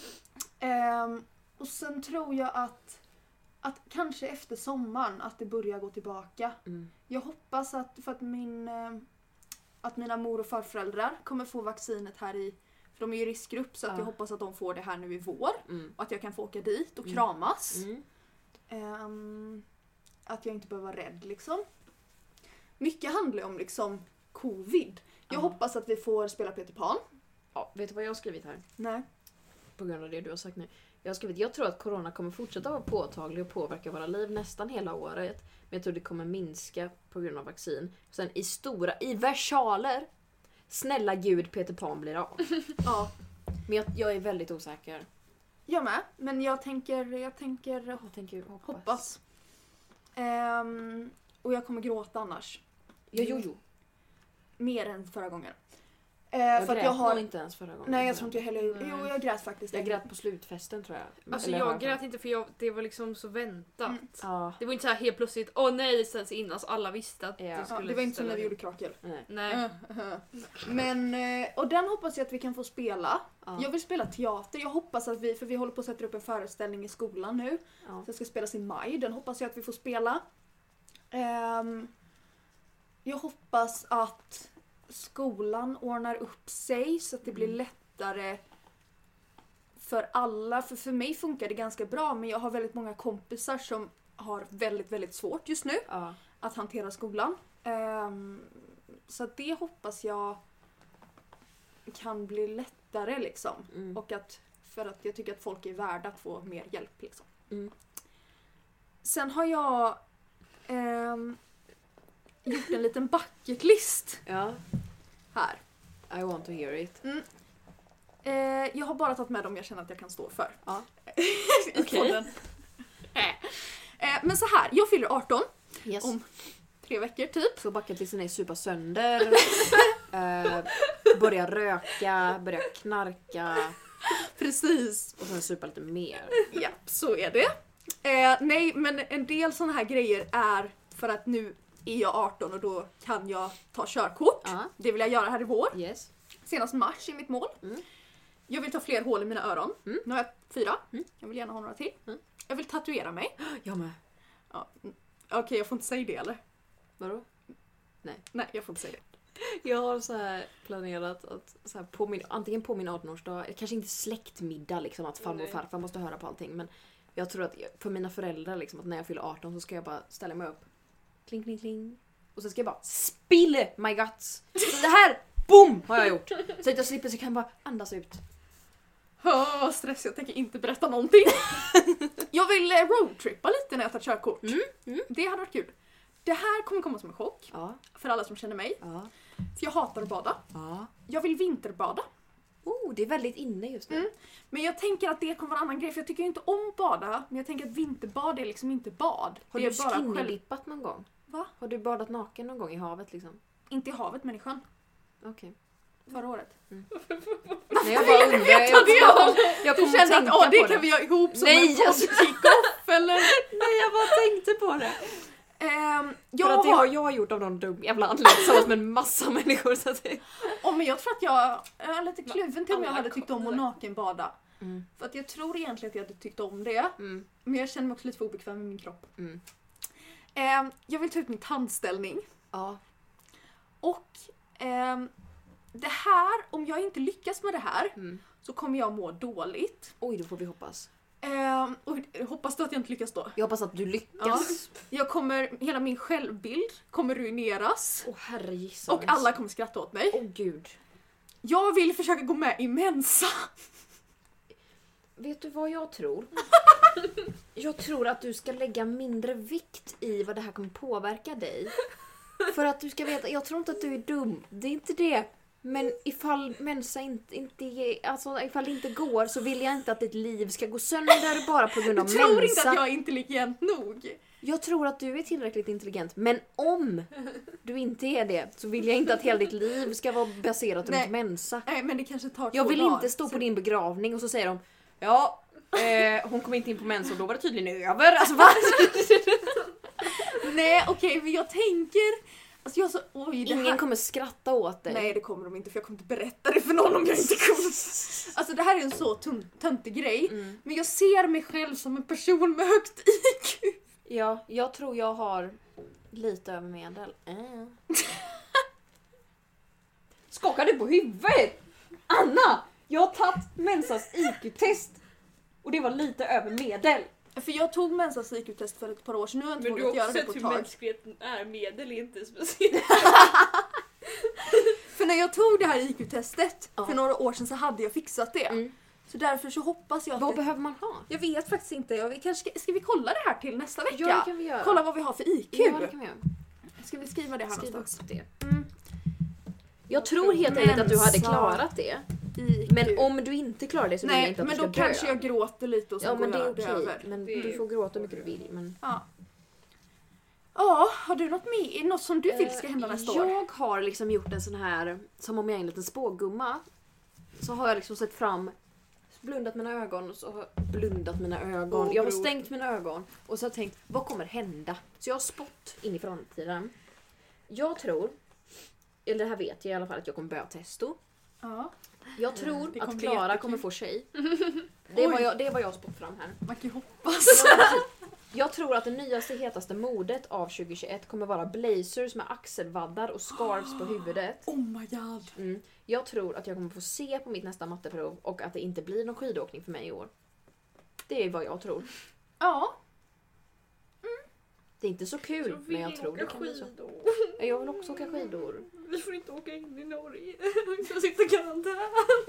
Och sen tror jag att kanske efter sommaren att det börjar gå tillbaka. Jag hoppas för att mina mor- och farföräldrar kommer få vaccinet här för de är ju i riskgrupp, så att jag hoppas att de får det här nu i vår. Och att jag kan få åka dit och kramas. Att jag inte behöver vara rädd liksom. Mycket handlar om liksom covid. Jag hoppas att vi får spela Peter Pan. Ja, vet du vad jag har skrivit här? Nej. På grund av det du har sagt nu. Jag tror att corona kommer fortsätta vara påtaglig och påverka våra liv nästan hela året. Men jag tror det kommer minska på grund av vaccin. Sen i versaler, snälla gud, Peter Pan blir av. Ja. Men jag är väldigt osäker. Jag med, men jag tänker hoppas. Och jag kommer gråta annars. Jo. Mer än förra gången. Jag för att grät jag har... nog inte ens förra gången. Nej, jag tror inte jag heller gjorde. Jo, jag grät faktiskt. Jag grät på slutfesten tror jag. Alltså Eller har jag grät inte för det var liksom så väntat. Ja. Det var inte så här helt plötsligt, nej, sen innan så alla visste att Ja. det skulle Det var inte som ställa när vi in. gjorde Krakel. Nej. Men, och den hoppas jag att vi kan få spela. Ja. Jag vill spela teater. Jag hoppas att för vi håller på att sätta upp en föreställning i skolan nu. Ja. Den ska spelas i maj. Den hoppas jag att vi får spela. Jag hoppas att skolan ordnar upp sig så att det blir lättare för alla. För mig funkar det ganska bra, men jag har väldigt många kompisar som har väldigt, väldigt svårt just nu att hantera skolan. Så att det hoppas jag kan bli lättare liksom. Och för att jag tycker att folk är värda att få mer hjälp liksom. Sen har jag gjort en liten bucket list Ja. här. I want to hear it. Jag har bara tagit med dem jag känner att jag kan stå för. Ja. I podden. Men så här, jag fyller 18 Yes. om 3 veckor typ. Så bucketlisten är supa sönder, börja röka, börja knarka Precis. och sen supa lite mer. Ja, så är det. Nej, men en del såna här grejer är för att nu är jag 18 och då kan jag ta körkort. Det vill jag göra här i vår. Yes. Senast mars är mitt mål. Jag vill ta fler hål i mina öron. Nu har jag 4. Jag vill gärna ha några till. Jag vill tatuera mig. Jag med. Ja. Okej, jag får inte säga det eller? Vadå? Nej, jag får inte säga det. Jag har så här planerat att så här antingen på min 18-årsdag, kanske inte släktmiddag liksom, att farmor och farfar måste höra på allting, men jag tror att för mina föräldrar liksom, att när jag fyller 18 så ska jag bara ställa mig upp, kling kling kling, och så ska jag bara spill my guts. Så det här, boom, har jag gjort. Så att jag slipper, så kan jag bara andas ut. Vad stress, jag tänker inte berätta någonting. Jag vill roadtrippa lite när jag tar körkort. Det hade varit kul. Det här kommer komma som en chock för alla som känner mig. För jag hatar att bada. Jag vill vinterbada. Det är väldigt inne just nu. Men jag tänker att det kommer vara en annan grej, för jag tycker inte om bada. Men jag tänker att vinterbad är liksom inte bad. Har det du är bara skinny-dippat någon gång? Va? Har du badat naken någon gång i havet liksom? Inte i havet, men i sjön. Okej. Förra året. Nej, jag bara undrar. Jag kommer Du kände tänka att det på kan vi göra ihop som Nej, en alltså. podd-kick-off eller? jag bara tänkte på det. För att det har jag gjort av någon dum jävla anledning tillsammans med en massa människor. Så att det... men jag tror att jag är lite kluven till om jag hade tyckt om att nakenbada. Mm. För att jag tror egentligen att jag hade tyckt om det. Mm. Men jag känner mig också lite för obekväm med min kropp. Mm. Jag vill ta ut min tandställning. Ja. Och det här, om jag inte lyckas med det här så kommer jag må dåligt. Oj, då får vi hoppas. Och hoppas du att jag inte lyckas då? Jag hoppas att du lyckas. Hela min självbild kommer ruineras. Åh herre gissans. Och alla kommer skratta åt mig. Åh gud. Jag vill försöka gå med i Mensa. Vet du vad jag tror? Jag tror att du ska lägga mindre vikt i vad det här kommer påverka dig. För att du ska veta, jag tror inte att du är dum. Det är inte det. Men ifall Mensa ifall det inte går så vill jag inte att ditt liv ska gå sönder bara på grund av Mensa. Jag tror inte att jag är intelligent nog. Jag tror att du är tillräckligt intelligent. Men om du inte är det så vill jag inte att hela ditt liv ska vara baserat runt Mensa. Nej, men det kanske tar 2 Jag vill dagar. inte stå på din begravning och så säger de ja, hon kom inte in på Mensa och då var det tydligen över. Alltså va? Nej, okej, men jag tänker... Alltså jag så, oj, det Ingen här... kommer skratta åt dig. Nej, det kommer de inte, för jag kommer inte berätta det för någon om jag inte kommer. Alltså det här är en så töntig grej. Men jag ser mig själv som en person med högt IQ. Ja, jag tror jag har lite över medel. Skakar du på huvudet? Anna! Jag har tagit Mensas IQ-test och det var lite över medel. För jag tog Mensas IQ-test för ett par år sedan. Nu har jag inte vågat göra det på ett hur tag. mänskligheten är, medel är inte speciellt. För när jag tog det här IQ-testet för några år sedan så hade jag fixat det. Så därför så hoppas jag att Vad behöver man ha? Jag vet faktiskt inte. Vi kanske ska vi kolla det här till nästa vecka? Ja, det kan vi göra. Kolla vad vi har för IQ. Ja, det kan vi göra. Ska vi skriva det här Skriv någonstans? upp det. Jag tror helt enkelt att du hade klarat det. IQ. Men om du inte klarar det så vill jag Nej, inte att men du ska då dö. kanske jag gråter lite och så Ja, går men det är jag okej. över. Men Det är du får gråta hur mycket du vill. Men... Ja, har du något som du vill ska hända nästa år? Jag har liksom gjort en sån här, som om jag är en liten spågumma. Så har jag liksom sett fram, blundat mina ögon och så har jag blundat mina ögon. Jag har stängt mina ögon och så har jag tänkt, vad kommer hända? Så jag har spått in i framtiden. Jag tror, eller det här vet jag i alla fall, att jag kommer börja testo. Ja. Jag tror Det kommer att bli Klara jättekul. kommer få tjej. Det är vad jag har spått fram här. Man kan ju hoppas. Jag tror att det nyaste hetaste modet av 2021 kommer vara blazers med axelvaddar och scarves på huvudet. Oh my god. Jag tror att jag kommer få se på mitt nästa matteprov och att det inte blir någon skidåkning för mig i år. Det är vad jag tror. Ja. Det är inte så kul, men jag tror det kan bli så. Jag vill också åka skidor. Vi får inte åka in i Norge. Jag sitter i karantän.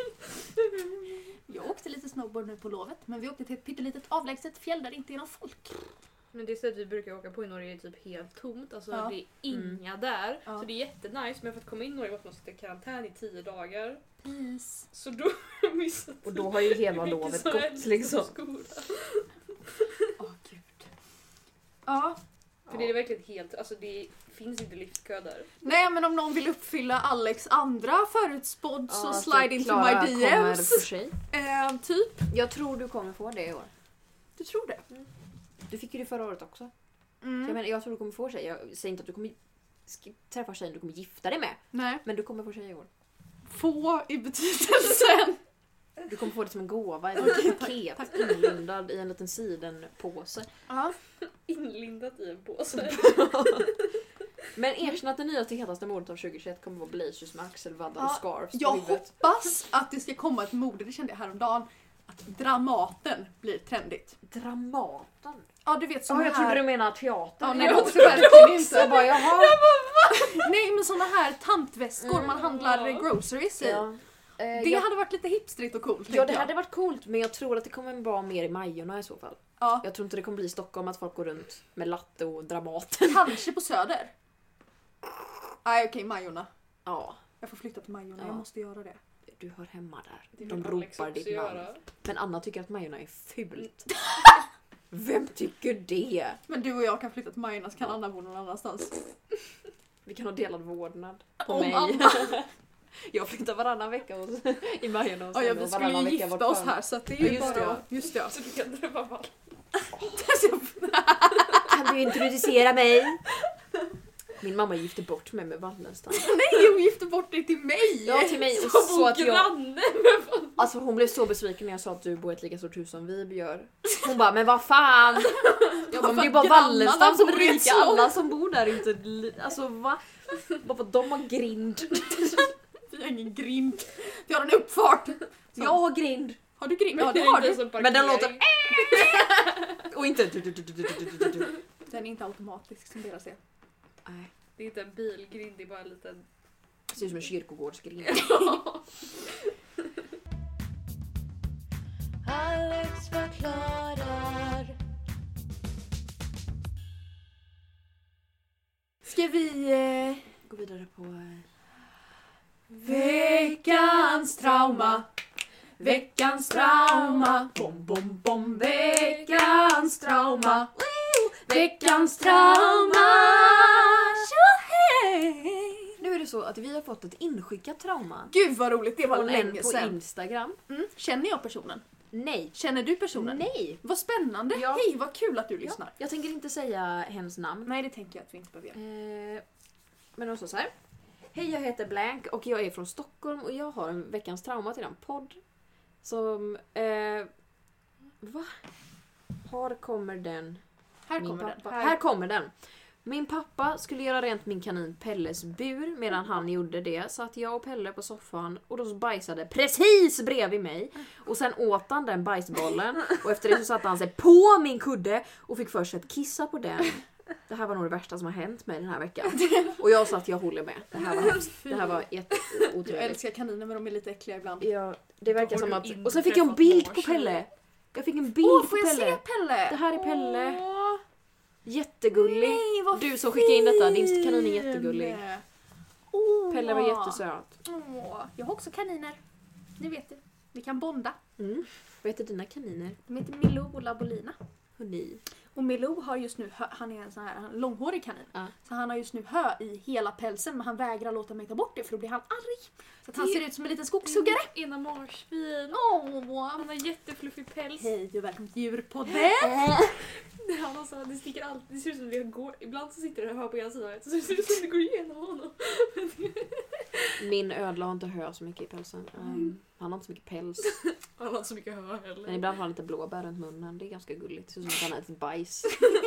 Jag åkte lite snowboard nu på lovet, men vi åkte till ett pyttelitet avlägset fjäll där det inte är någon folk. Men det stället vi brukar åka på i Norge är typ helt tomt. Alltså Ja. det är inga där. Ja. Så det är jättenice. Men för att komma in i Norge måste man sitta i karantän i 10 dagar. Peace. Så då har jag missat. Och då har ju hela mycket lovet som gått helst liksom. på skolan. Åh gud. Ja. För det är verkligen helt, alltså det finns inte liftkö där. Nej, men om någon vill uppfylla Alex andra förutspådd så slide into Klara my kommer DMs. få tjej. Typ. Jag tror du kommer få det i år. Du tror det? Du fick ju det förra året också. Så jag menar, jag tror du kommer få tjej. Jag säger inte att du kommer träffa tjejen du kommer gifta dig med. Nej. Men du kommer få tjej i år. Få i betydelsen. Du kommer få det som en gåva i ett paket inlindad i en liten sidenpåse. Ja. Inlindat i en påse. Men erkänn att det nyaste hetaste modet av 2021 kommer vara blazers med axelvaddar och scarves på Jag huvudet. hoppas att det ska komma ett mode, det kände jag häromdagen, att Dramaten blir trendigt. Dramaten? Ja, du vet såna Ja, jag trodde här... du menade teatern. Ja, nej, Jag det också. tror jag verkligen inte. Jag bara, jaha. Nej, men såna här tantväskor man handlar groceries i. Ja. Det hade varit lite hipstrigt och coolt. Ja, tänker det jag. hade varit coolt, men jag tror att det kommer vara mer i Majorna i så fall. Ja. Jag tror inte det kommer bli i Stockholm att folk går runt med latte och Dramaten. Kanske på Söder. Nej, okej, Majorna. Ja, Jag får flytta till Majorna, Ja. jag måste göra det. du hör hemma där. Det De vill Alex ropar också ditt namn. göra. Men Anna tycker att Majorna är fult. Vem tycker det? Men du och jag kan flytta till Majorna så kan Anna bo någon annanstans. Vi kan ha delad vårdnad på Om mig. Anna. Jag flyttar varannan vecka i Majorna och Ja, sen vi och skulle varannan ju vecka gifta bort oss från- här så att det är Ja, ju just bara... det. Just det. Så du kan träffa Val. du introducera mig? Min mamma gifte bort mig med Wallenstam. Nej, hon gifte bort dig till mig! Ja, till mig. Och Som så att jag... granne. Alltså hon blev så besviken när jag sa att du bor i ett lika stort hus som vi gör. Hon bara, men vad fan? Jag bara, men det är bara Wallenstam som är bor i ett rika. slott. Alla som bor där är inte... Alltså va? Bara för att de har grind. Vi har ingen grind. Vi har en uppfart. Jag har grind. Har du grind? Ja, Men det det har är du. inte som Men den parkering. låter... Och inte... Den är inte automatisk som deras är. Nej, Det är inte en bilgrind, det är bara en liten... det ser ut som en kyrkogårdsgrind. Alex förklarar. Ska vi... Gå vidare på... Veckans trauma. Veckans trauma. Bom, bom, bom. Veckans trauma. Veckans trauma. Tjohej! Nu är det så att vi har fått ett inskickat trauma. Gud vad roligt, det var Från en länge på sedan. Instagram. Känner jag personen? Nej. Känner du personen? Nej. Vad spännande. Ja. Hej, vad kul att du lyssnar. Jag tänker inte säga hens namn. Nej, det tänker jag att vi inte behöver göra. Men de sa så här. Hej, jag heter Blank och jag är från Stockholm och jag har en veckans trauma till en podd. Som... va? Här kommer den. Här Min kommer pappa. den. Här kommer den. Min pappa skulle göra rent min kanin Pelles bur medan han gjorde det. Så att jag och Pelle på soffan och de bajsade precis bredvid mig. Och sen åt han den bajsbollen. Och efter det så satte han sig på min kudde och fick först att kissa på den. Det här var nog det värsta som har hänt mig den här veckan. Och jag sa att jag håller med. Det här var hemskt. Det här var Jag jätteotrevligt. älskar kaniner men de är lite äckliga ibland. Ja, det verkar Då har som du att... inte Och sen fick jag en träffat bild på Marshall. Pelle. Jag fick en bild Åh, på får jag Pelle. se Pelle? Det här är Pelle. Åh, Jättegullig. nej, vad Du som skickade in detta, din kanin är jättegullig. Åh. Pelle var jättesöt. Åh, jag har också kaniner. Ni vet det. Vi kan bonda. Mm. Vad heter dina kaniner? De heter Milou och Labolina. Hörni. Och Milou har just nu han är en sån här långhårig kanin. Ja. Så han har just nu hö i hela pälsen men han vägrar låta mig ta bort det för då blir han arg. Så att han ser ut som en liten skogshuggare. Ena marsvin. Åh! Han har jättefluffig päls. Hej och välkommen till djurpodden. Han har så här, det sticker alltid, det ser ut som det går, ibland så sitter det här på ena sidan så ser det ut som det går igenom honom. Min ödla har inte hö så mycket i pälsen. Han har inte så mycket päls. Han har inte så mycket hö Men heller. ibland har han lite blåbär runt munnen. Det är ganska gulligt. Det ser ut som att han äter bajs.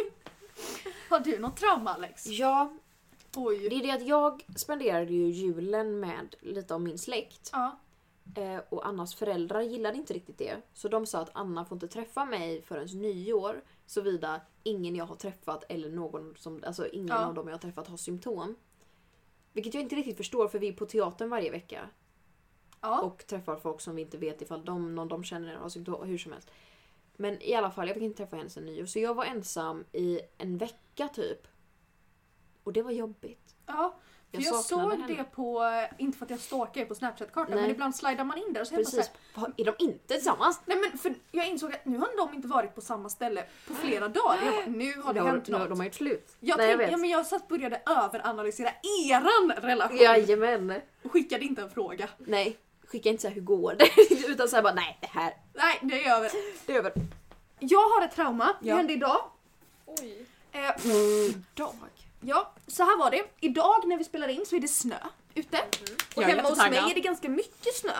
Har du något trauma Alex? Ja, Oj. det är det att jag spenderade ju julen med lite av min släkt. Ja. Och Annas föräldrar gillade inte riktigt det. Så de sa att Anna får inte träffa mig förrän nyår. Såvida ingen jag har träffat eller någon som, alltså ingen av dem jag har träffat har symptom. Vilket jag inte riktigt förstår för vi är på teatern varje vecka. Ja. Och träffar folk som vi inte vet ifall någon de känner har symptom hur som helst. Men i alla fall, jag fick inte träffa henne sen nyår. Så jag var ensam i en vecka typ. Och det var jobbigt. Ja. För jag saknade såg henne. det på, inte för att jag stalkar er på Snapchat-kartan, Nej. men ibland slidar man in där och så är man så här, Precis. Är de inte tillsammans? nej men för jag insåg att nu har de inte varit på samma ställe på flera dagar. Jag bara, nu har det hänt något. De har gjort slut. Jag, Nej, jag tänkte, vet. men jag började överanalysera eran relation Jajamän. och skickade inte en fråga. Nej, skicka inte så här hur går det? Utan så här bara, nej det här, Nej, det är över. det är över. Jag har ett trauma, det Ja. hände idag. Oj. Idag? Ja, så här var det. Idag när vi spelar in så är det snö ute. Och Jag är hemma hos jättetaggad. mig är det ganska mycket snö.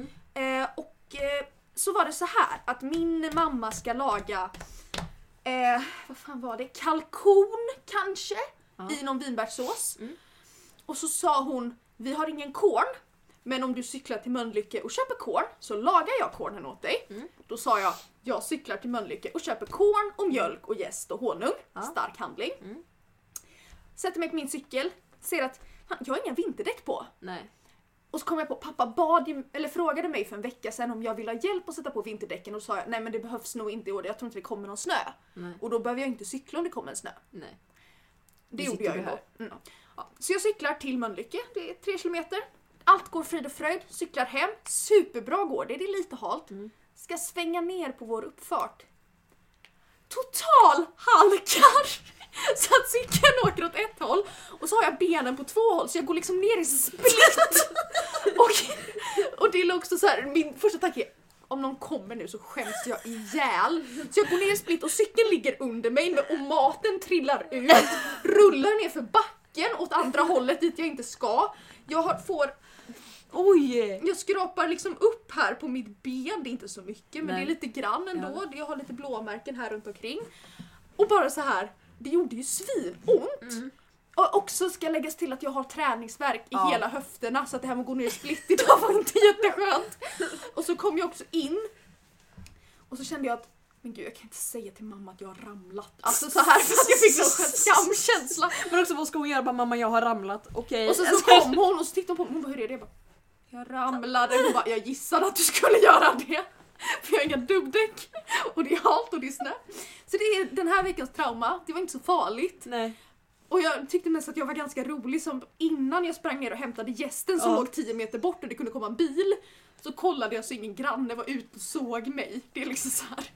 Så var det så här att min mamma ska laga vad fan var det? Kalkon kanske? I någon vinbärssås. Och så sa hon, vi har ingen korn. Men om du cyklar till Mölnlycke och köper korn så lagar jag kornen åt dig. Då sa jag cyklar till Mölnlycke och köper korn och mjölk och jäst och honung. Stark handling. Sätter mig på min cykel, ser att jag har inga vinterdäck på. Nej. Och så kom jag på, pappa frågade mig för en vecka sedan om jag ville ha hjälp att sätta på vinterdäcken och sa jag, nej men det behövs nog inte i år, jag tror inte det kommer någon snö. Nej. Och då behöver jag inte cykla om det kommer en snö. Nej. Det Nu gjorde sitter jag vi ju här. då. Ja. Så jag cyklar till Mölnlycke, det är 3 kilometer. Allt går frid och fröjd, cyklar hem, superbra går det är lite halt. Ska svänga ner på vår uppfart. Total halkar! Så att cykeln åker åt ett håll och så har jag benen på 2 håll så jag går liksom ner i split. och det är också så här, min första tanke är, om någon kommer nu så skäms jag ihjäl. Så jag går ner i split och cykeln ligger under mig och maten trillar ut. Rullar ner för backen åt andra hållet dit jag inte ska. Jag skrapar liksom upp här på mitt ben, det är inte så mycket men det är lite grann ändå. Jag har lite blåmärken här runt omkring. Och bara så här, det gjorde ju svinont. Och också ska läggas till att jag har träningsvärk i hela höfterna så att det här med att gå ner i split idag var inte jätteskönt. Och så kom jag också in och så kände jag att men gud, jag kan inte säga till mamma att jag har ramlat. Alltså så här för att jag fick någon skamkänsla. Men också vad ska hon göra? Bara, mamma, jag har ramlat. Okej. Och så kom hon och så tittade hon på mig. Hon bara, hur är det? Jag bara, jag ramlade. Hon bara, jag gissade att du skulle göra det. För jag har inga dubbdäck. Och det är halt och det är snö. Så det är den här veckans trauma. Det var inte så farligt. Nej. Och jag tyckte mest att jag var ganska rolig som innan jag sprang ner och hämtade gästen som låg 10 meter bort och det kunde komma en bil. Så kollade jag så ingen granne var ute och såg mig. Det är liksom så här.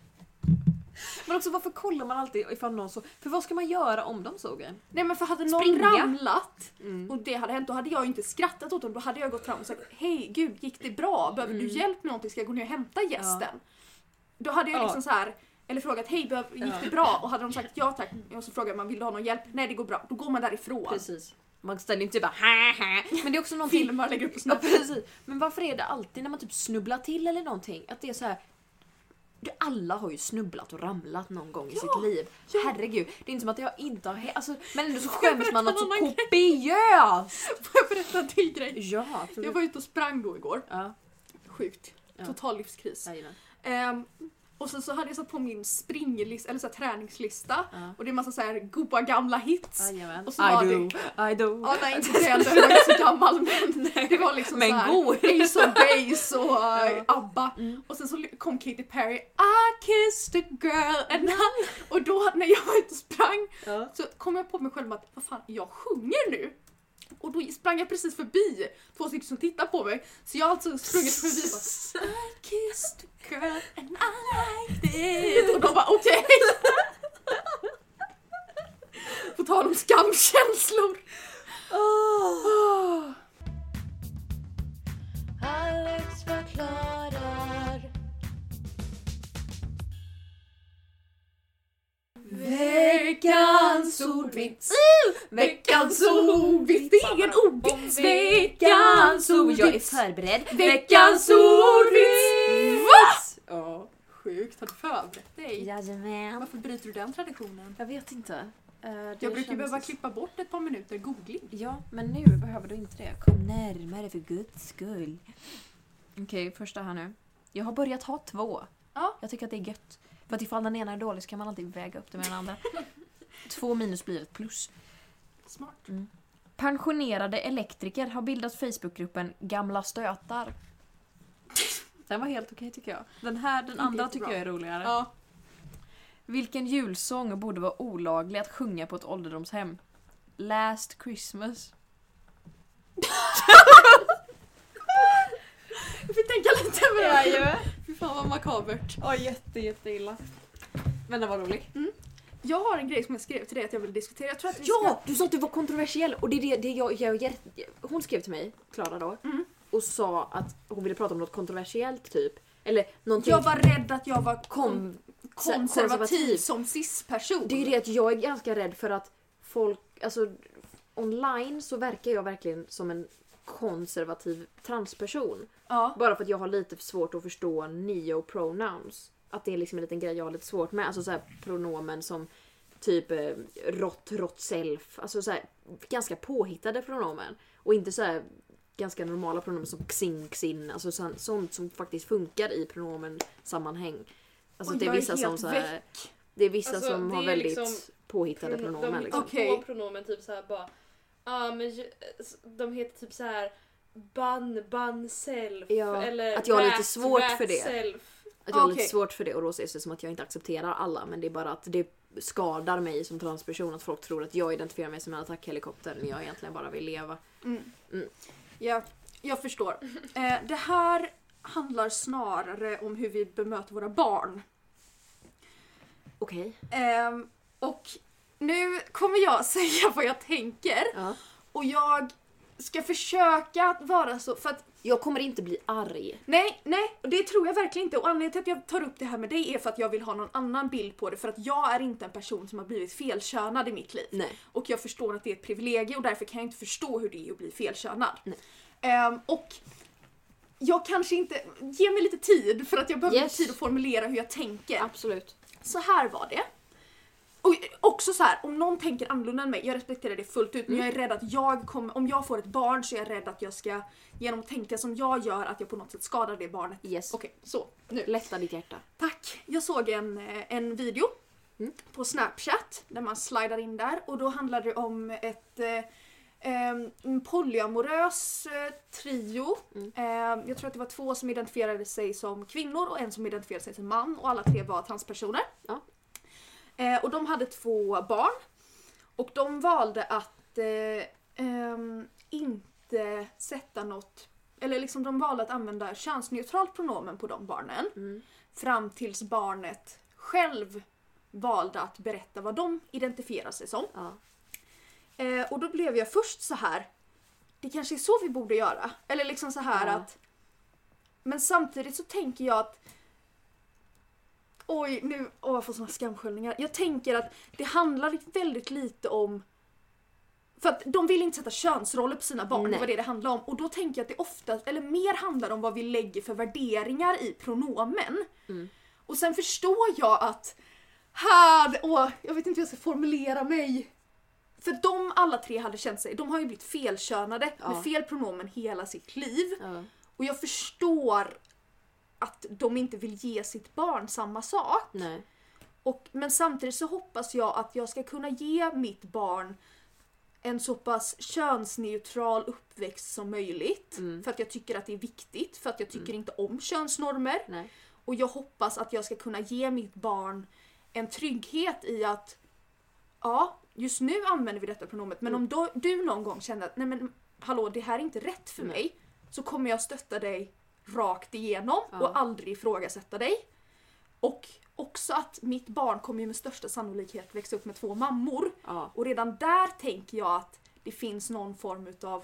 Men också varför kollar man alltid ifall någon så... För vad ska man göra om de såg en? Nej men för hade någon ramlat och det hade hänt, då hade jag ju inte skrattat åt dem. Då hade jag gått fram och sagt, hej gud, gick det bra? Behöver du hjälp med någonting? Ska jag gå ner och hämta gästen? Då hade jag liksom så här, eller frågat, hej gick det bra? Och hade de sagt ja tack, och så frågar man, vill du ha någon hjälp? Nej det går bra, då går man därifrån. Precis. Man ställer inte bara ha. Men det är också någonting... Filmar, lägger upp på Snap. Ja, precis. Men varför är det alltid när man typ snubblar till eller någonting? Att det är så här... Alla har ju snubblat och ramlat någon gång i sitt liv. Herregud, det är inte som att jag inte har... Alltså, men ändå så skäms man något så kopiöst. Får jag berätta en till grej? Ja, absolut. Jag var ute och sprang då igår. Ja. Sjukt. Total livskris. Jajamän. Och så hade jag satt på min springlista eller så här, träningslista och det är massa så här goda gamla hits. Jajamän. Och så var I do. Ja, nej inte det ändå, jag var inte så gammal men det var liksom men så här Ace of Base och ABBA. Och sen så kom Katy Perry, I kissed a girl and och då när jag var ute och sprang så kom jag på mig själv att vad fan, jag sjunger nu. Och då sprang jag precis förbi 2 stycken som tittade på mig. Så jag har alltså sprungit förbi och bara I kissed a girl and I liked it. Och de bara okej. På tal om skamkänslor. Alex förklarar. Veckans ordvits. Veckans ordvits. Det är ingen ordvits. Veckans ordvits. Jag är förberedd. Veckans ordvits. Va? Ja, sjukt. Har du förberett dig? Jajamän. Varför bryter du den traditionen? Jag vet inte. Jag brukar behöva klippa bort ett par minuter googling. Ja, men nu behöver du inte det. Kom närmare för Guds skull. Okej, första här nu. Jag har börjat ha 2. Ja. Jag tycker att det är gött. För att ifall den ena är dålig så kan man alltid väga upp det med den andra. 2 minus blir ett plus. Smart. Pensionerade elektriker har bildat Facebookgruppen Gamla stötar. Den var helt okej tycker jag. Den andra tycker jag är roligare. Ja. Vilken julsång borde vara olaglig att sjunga på ett ålderdomshem? Last Christmas. Jag fick tänka lite med det. Fy fan vad makabert. Ja, jätteilla. Men den var rolig. Jag har en grej som jag skrev till dig att jag vill diskutera. Jag tror att Du sa att du var kontroversiell. Och det är det hon skrev till mig, Klara då. Och sa att hon ville prata om något kontroversiellt typ. Eller någonting. Jag var rädd att jag var konservativ konservativ som cis-person. Det är ju det att jag är ganska rädd för att folk, alltså online så verkar jag verkligen som en konservativ transperson. Ja. Bara för att jag har lite svårt att förstå neo-pronouns. Att det är liksom en liten grej jag har lite svårt med. Alltså så här pronomen som typ rott, self. Alltså så här ganska påhittade pronomen. Och inte så här ganska normala pronomen som xin. Alltså sånt som faktiskt funkar i pronomen sammanhang. Alltså det är vissa som så här, det är vissa alltså, som har väldigt liksom påhittade pronomen liksom. Okej. Pronomen typ så här bara men de heter typ så här bun self eller att jag har lite svårt för det. Self. Att jag har lite svårt för det och då ser det som att jag inte accepterar alla, men det är bara att det skadar mig som transperson att folk tror att jag identifierar mig som en attackhelikopter när jag egentligen bara vill leva. Ja, jag förstår. Det här handlar snarare om hur vi bemöter våra barn. Okej. Och nu kommer jag säga vad jag tänker. Ja. Och jag ska försöka att vara så, för att jag kommer inte bli arg. Nej, det tror tror jag verkligen inte. Och anledningen till att jag tar upp det här med dig är för att jag vill ha någon annan bild på det. För att jag är inte en person som har blivit felkönad i mitt liv. Nej. Och jag förstår att det är ett privilegium och därför kan jag inte förstå hur det är att bli felkönad. Och jag kanske inte... Ge mig lite tid för att jag behöver lite tid att formulera hur jag tänker. Absolut. Så här var det. Och också så här, om någon tänker annorlunda än mig, jag respekterar det fullt ut, men jag är rädd att om jag får ett barn så är jag rädd att jag ska, genom att tänka som jag gör, att jag på något sätt skadar det barnet. Yes. Okej, så. Nu. Lätta ditt hjärta. Tack. Jag såg en video på Snapchat där man slidar in där och då handlar det om en polyamorös trio. Jag tror att det var 2 som identifierade sig som kvinnor och en som identifierade sig som man och alla 3 var transpersoner. Ja. Och de hade 2 barn och de valde att inte sätta något, eller liksom de valde att använda könsneutralt pronomen på de barnen fram tills barnet själv valde att berätta vad de identifierar sig som. Ja. Och då blev jag först så här, det kanske är så vi borde göra. Eller liksom så här att, men samtidigt så tänker jag att jag får såna skamsköljningar. Jag tänker att det handlar väldigt lite om, för att de vill inte sätta könsroller på sina barn, vad det handlar om. Och då tänker jag att det ofta, eller mer handlar om vad vi lägger för värderingar i pronomen. Och sen förstår jag att jag vet inte hur jag ska formulera mig. För de alla 3 hade känt sig, de har ju blivit felkönade med fel pronomen hela sitt liv. Och jag förstår att de inte vill ge sitt barn samma sak. Nej. Men samtidigt så hoppas jag att jag ska kunna ge mitt barn en så pass könsneutral uppväxt som möjligt. För att jag tycker att det är viktigt. För att jag tycker inte om könsnormer. Nej. Och jag hoppas att jag ska kunna ge mitt barn en trygghet i att just nu använder vi detta pronomet. Men om du någon gång känner att nej men hallå, det här är inte rätt för mig. Så kommer jag stötta dig rakt igenom och aldrig ifrågasätta dig. Och också att mitt barn kommer ju med största sannolikhet växa upp med 2 mammor. Och redan där tänker jag att det finns någon form utav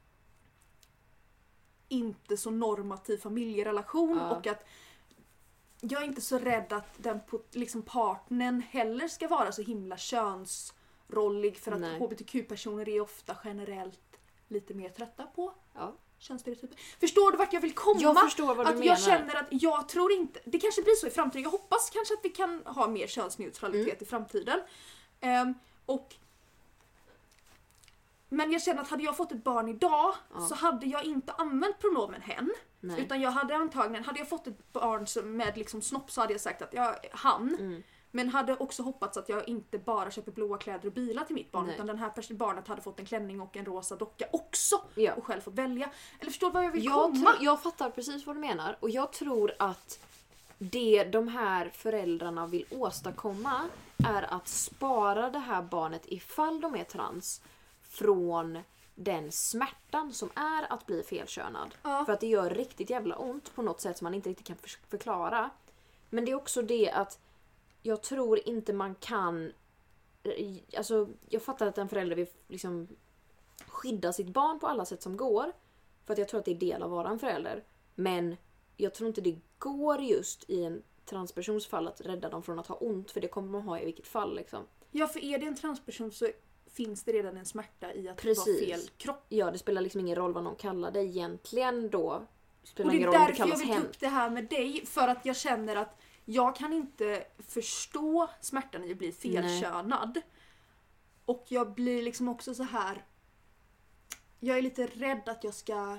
inte så normativ familjerelation och att jag är inte så rädd att den liksom partnern heller ska vara så himla könsrollig för att hbtq-personer är ofta generellt lite mer trötta på könsstereotyper. Förstår du vart jag vill komma? Jag förstår vad du menar. Jag känner att jag tror inte, det kanske blir så i framtiden. Jag hoppas kanske att vi kan ha mer könsneutralitet i framtiden. Men jag känner att hade jag fått ett barn idag så hade jag inte använt pronomen hen. Nej. Utan jag hade antagligen, hade jag fått ett barn med liksom snopp så hade jag sagt att han. Men hade också hoppats att jag inte bara köper blåa kläder och bilar till mitt barn. Utan den här barnet hade fått en klänning och en rosa docka också. Och själv fått välja. Eller förstår du vad jag vill komma? Jag fattar precis vad du menar. Och jag tror att det de här föräldrarna vill åstadkomma är att spara det här barnet ifall de är trans från den smärtan som är att bli felkönad. För att det gör riktigt jävla ont på något sätt som man inte riktigt kan förklara. Men det är också det att jag tror inte man kan... Alltså, jag fattar att en förälder vill liksom skydda sitt barn på alla sätt som går. För att jag tror att det är del av att vara en förälder. Men jag tror inte det går just i en transpersons fall att rädda dem från att ha ont. För det kommer man ha i vilket fall liksom. Ja, för är det en transperson så finns det redan en smärta i att vara fel kropp. Ja, det spelar liksom ingen roll vad någon kallar det egentligen då. Och det är därför jag vill ta upp det här med dig. För att jag känner att jag kan inte förstå smärtan i att bli felkönad. Nej. Och jag blir liksom också så här. Jag är lite rädd att jag ska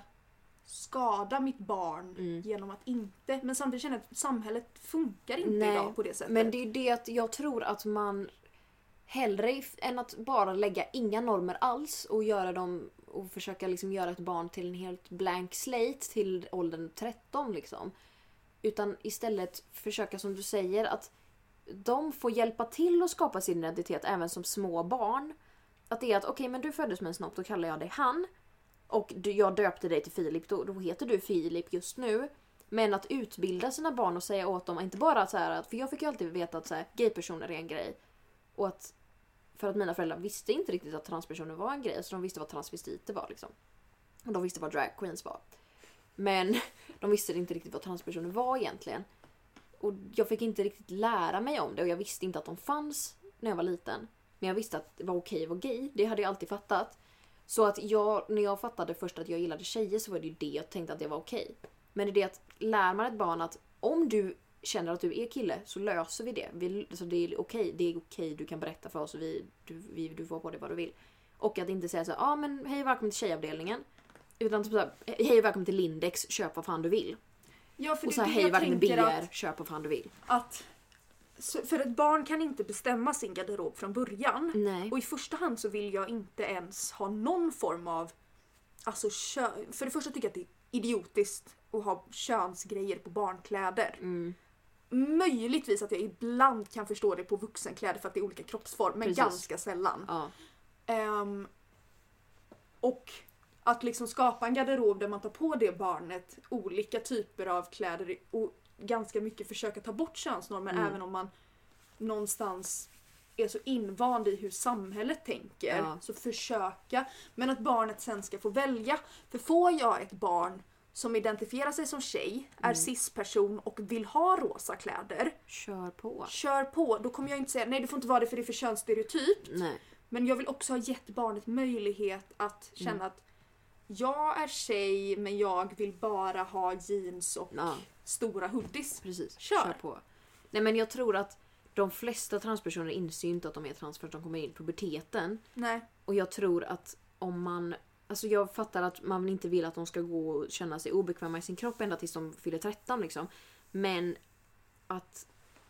skada mitt barn genom att inte. Men samtidigt känner jag att samhället funkar inte idag på det sättet. Men det är det att jag tror att man hellre än att bara lägga inga normer alls och göra dem och försöka liksom göra ett barn till en helt blank slate till åldern 13 liksom. Utan istället försöka, som du säger, att de får hjälpa till att skapa sin identitet även som små barn. Att det är att okej, men du föddes med en snopp, då kallar jag dig han. Och jag döpte dig till Filip, då heter du Filip just nu. Men att utbilda sina barn och säga åt dem, inte bara att så här, för jag fick ju alltid veta att så här, gaypersoner är en grej. Och att, för att mina föräldrar visste inte riktigt att transpersoner var en grej. Så de visste vad transvestiter var liksom. Och de visste vad drag queens var. Men de visste inte riktigt vad transpersoner var egentligen. Och jag fick inte riktigt lära mig om det. Och jag visste inte att de fanns när jag var liten. Men jag visste att det var okej att vara gay. Det hade jag alltid fattat. Så att när jag fattade först att jag gillade tjejer så var det ju det jag tänkte att det var okej. Men det är det att lär man ett barn att om du känner att du är kille så löser vi det. Så det är okej, du kan berätta för oss och du får på det vad du vill. Och att inte säga så här, men hej välkommen till tjejavdelningen. Utan typ så här, hej välkommen till Lindex, köp vad fan du vill. Ja, för och så här, det hej välkommen till BR, att, köp vad fan du vill. För ett barn kan inte bestämma sin garderob från början. Nej. Och i första hand så vill jag inte ens ha någon form av... Alltså, för det första tycker jag att det är idiotiskt att ha könsgrejer på barnkläder. Möjligtvis att jag ibland kan förstå det på vuxenkläder för att det är olika kroppsform, men ganska sällan. Ja. Och att liksom skapa en garderob där man tar på det barnet olika typer av kläder och ganska mycket försöka ta bort könsnormer även om man någonstans är så invand i hur samhället tänker. Ja. Så försöka, men att barnet sen ska få välja. För får jag ett barn som identifierar sig som tjej, är cis-person och vill ha rosa kläder. Kör på. Då kommer jag inte säga, nej du får inte vara det för det är för könsstereotypt. Nej. Men jag vill också ha gett barnet möjlighet att känna att jag är tjej men jag vill bara ha jeans och stora hoodies. Precis, Kör på. Nej men jag tror att de flesta transpersoner inser inte att de är trans för att de kommer in i puberteten. Nej. Och jag tror att om man... Alltså jag fattar att man inte vill att de ska gå och känna sig obekväma i sin kropp ända tills de fyller 13 liksom. Men att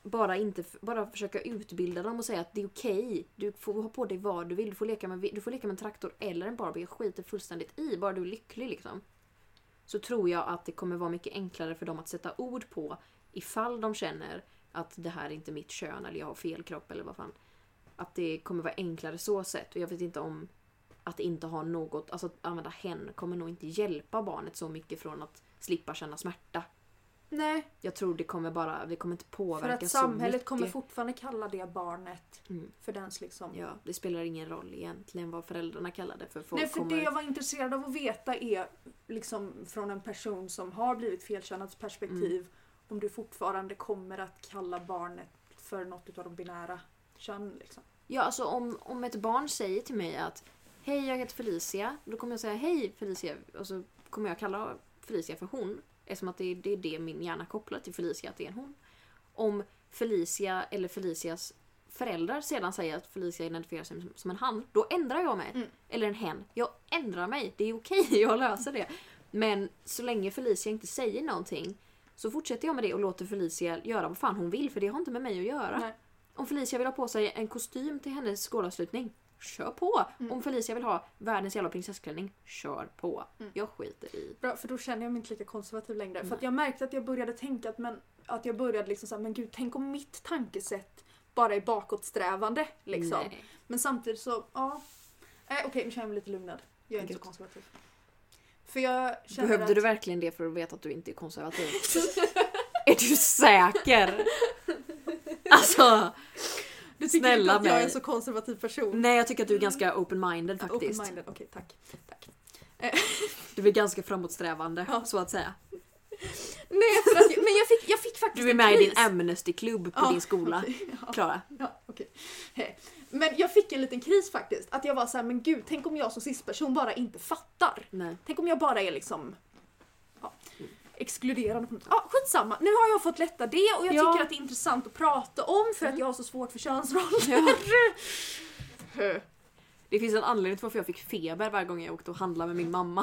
bara försöka utbilda dem och säga att det är okej. Du får ha på dig vad du vill. Du får leka med en traktor eller en Barbie. Jag skiter fullständigt i. Bara du är lycklig liksom. Så tror jag att det kommer vara mycket enklare för dem att sätta ord på ifall de känner att det här är inte mitt kön eller jag har fel kropp eller vad fan. Att det kommer vara enklare så sätt. Och jag vet inte om att inte ha något, alltså att använda hen kommer nog inte hjälpa barnet så mycket från att slippa känna smärta. Nej. Jag tror det kommer inte påverka så mycket. För att samhället kommer fortfarande kalla det barnet för dens liksom... Ja, det spelar ingen roll egentligen vad föräldrarna kallar det för. Folk Nej, för det jag var intresserad av att veta är liksom från en person som har blivit felkännats perspektiv om du fortfarande kommer att kalla barnet för något av de binära kön liksom. Ja, alltså om ett barn säger till mig att hej, jag heter Felicia, då kommer jag säga hej Felicia och så kommer jag kalla Felicia för hon. Eftersom att det är det min hjärna kopplar till Felicia, att det är en hon. Om Felicia eller Felicias föräldrar sedan säger att Felicia identifierar sig som en han, då ändrar jag mig. Eller en hen. Jag ändrar mig. Det är okej, jag löser det. Men så länge Felicia inte säger någonting så fortsätter jag med det och låter Felicia göra vad fan hon vill, för det har inte med mig att göra. Nej. Om Felicia vill ha på sig en kostym till hennes skolavslutning, kör på. Om Felicia vill ha världens jävla prinsessklänning, kör på. Jag skiter i. Bra, för då känner jag mig inte lika konservativ längre. Nej. För att jag märkte att jag började tänka att jag började liksom såhär, men gud, tänk om mitt tankesätt bara är bakåtsträvande liksom. Nej. Men samtidigt så, okej, nu känner jag mig lite lugnad. Jag är inte så konservativ. För jag känner behövde du verkligen det för att veta att du inte är konservativ? Är du säker? Alltså... Du tycker inte att jag är en så konservativ person? Nej, jag tycker att du är ganska open-minded faktiskt. Open-minded, okej, tack. Du är ganska framåtsträvande, så att säga. Nej, för att men jag fick faktiskt du är med i din Amnesty-klubb på din skola, Klara. Ja, okej. Men jag fick en liten kris faktiskt. Att jag var så här, men gud, tänk om jag som cis-person bara inte fattar. Nej. Tänk om jag bara är liksom... exkluderande. Skitsamma. Nu har jag fått lätta det och jag tycker att det är intressant att prata om för att jag har så svårt för könsroller. Ja. Det finns en anledning till varför jag fick feber varje gång jag åkte och handlade med min mamma.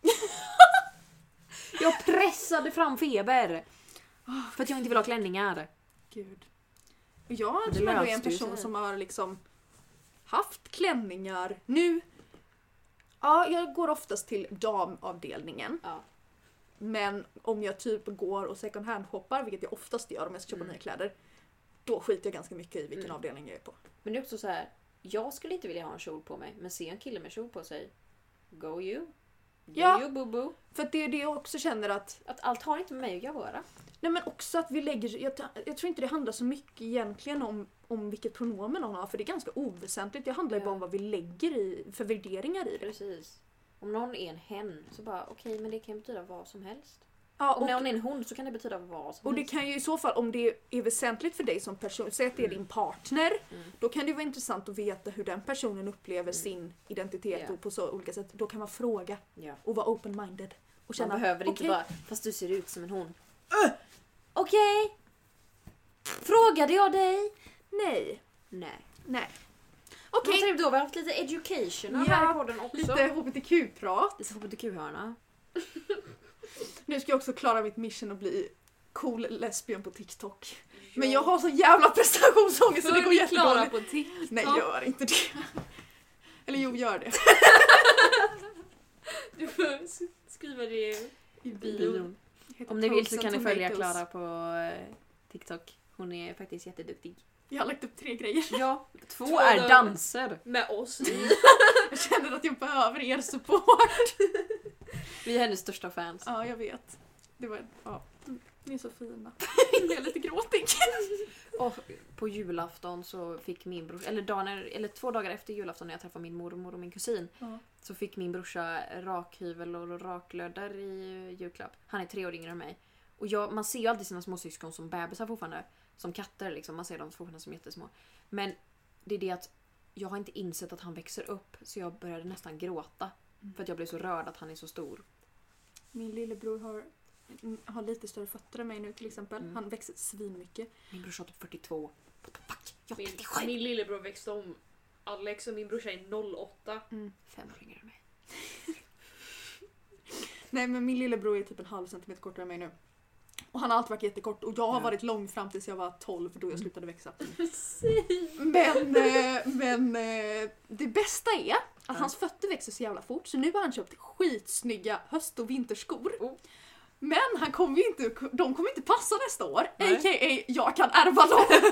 Jag pressade fram feber. För att jag inte vill ha klänningar. Gud. Och jag tror jag är en person som har liksom haft klänningar. Nu. Ja, jag går oftast till damavdelningen. Ja. Men om jag typ går och second hand shoppar, vilket jag oftast gör om jag ska köpa nya kläder, då skiter jag ganska mycket i vilken avdelning jag är på. Men det är också så här, jag skulle inte vilja ha en kjol på mig, men se en kille med kjol på sig, go you. Go you, boo boo. För det är det jag också känner att allt har inte med mig att göra. Nej, men också att vi lägger, jag tror inte det handlar så mycket egentligen om vilket pronomen någon har, för det är ganska oväsentligt. Det handlar ju bara om vad vi lägger i för värderingar i det. Precis. Om någon är en hen så bara okej, men det kan betyda vad som helst. Ja, Om någon är en hund så kan det betyda vad som och det helst. kan ju i så fall, om det är väsentligt för dig som person, säg att det är din partner, då kan det vara intressant att veta hur den personen upplever sin identitet och på så olika sätt. Då kan man fråga och vara open-minded. Och känna, man behöver inte okej, bara, fast du ser ut som en hund. Okej. Frågade jag dig? Nej. Nej. Okej, Vad trevligt då, vi har haft lite education Ja, här i podden också. lite hbtq-prat. Lite hbtq-hörna. Nu ska jag också klara mitt mission att bli cool lesbian på TikTok. Men jag har så jävla prestationsångest så det går jättedåligt. på TikTok. Nej, gör inte det. Eller jo, gör det. Du får skriva det I Bion. Heter Om ni vill Toads så and kan ni följa Tomatoes. Klara på TikTok. Hon är faktiskt jätteduktig. Jag har lagt upp 3 grejer. Ja, 2 2 är dagar. danser. med oss. Jag känner att jag behöver er support. Vi är hennes största fans. Ja, jag vet. Det var, ja. Ni är så fina. Jag är lite gråtig. Och på julafton så fick min brorsa, eller 2 dagar efter julafton när jag träffade min mormor och min kusin, så fick min brorsa rakhyvel och raklödder i julklapp. Han är 3 år yngre än mig. Och man ser ju alltid sina småsyskon som bebisar fortfarande. Som katter liksom, man ser dem fortfarande som jättesmå. Men det är det att jag har inte insett att han växer upp, så jag började nästan gråta. För att jag blev så rörd att han är så stor. Min lillebror har lite större fötter än mig nu till exempel. Han växer svinmycket. Min brorsa är typ 42. Fuck, jag är Min, 37. min lillebror växte om Alex och min brorsa är 08. 5 år yngre än mig. Nej, men min lillebror är typ en halv centimeter kortare än mig nu. Och han har alltid varit jättekort. Och jag har varit lång fram tills jag var 12 då jag slutade växa. Men det bästa är att hans fötter växer så jävla fort. Så nu har han köpt skitsnygga höst- och vinterskor. Men de kommer inte passa nästa år. Nej. A.k.a. jag kan ärva dem.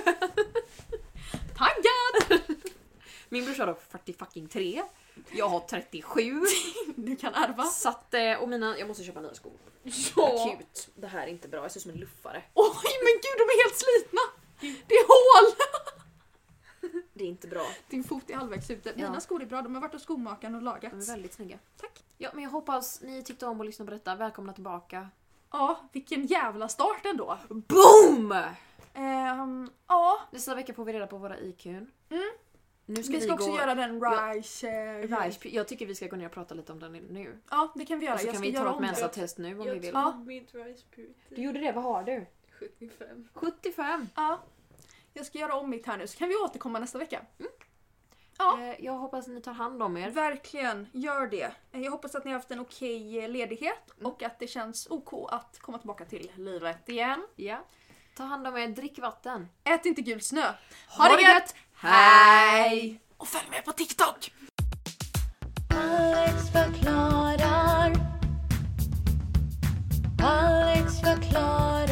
Taggad! Min brorsa har 43. Jag har 37. Du kan ärva. Så att, och jag måste köpa nya skor. Ja. Akut. Det här är inte bra. Jag ser ut som en luffare. Oj, men gud, de är helt slitna. Det är hål. Det är inte bra. Din fot är halvvägs ute. Ja. Mina skor är bra. De har varit hos skomakaren och lagat. De är väldigt snygga. Tack. Ja, men jag hoppas ni tyckte om att lyssna på detta. Välkomna tillbaka. Ja, vilken jävla start ändå. Boom! Ja, Nästa vecka får vi reda på våra IQn. Nu vi ska också göra den Rice. Jag tycker vi ska gå ner och prata lite om den nu. Ja, det kan vi göra. Och så Jag kan ska vi ta göra ett om det. mensatest nu om vi Jag vill. tog mitt rice purity. Du gjorde det, vad har du? 75. 75. Ja, jag ska göra om mitt här nu. Så kan vi återkomma nästa vecka. Jag hoppas ni tar hand om er. Verkligen, gör det. Jag hoppas att ni har haft en okej ledighet. Och att det känns OK att komma tillbaka till livet igen. Ja. Ta hand om er, drick vatten. Ät inte gul snö. Ha det gött! Hej! Och följ med på TikTok! Alex förklarar. Alex förklarar.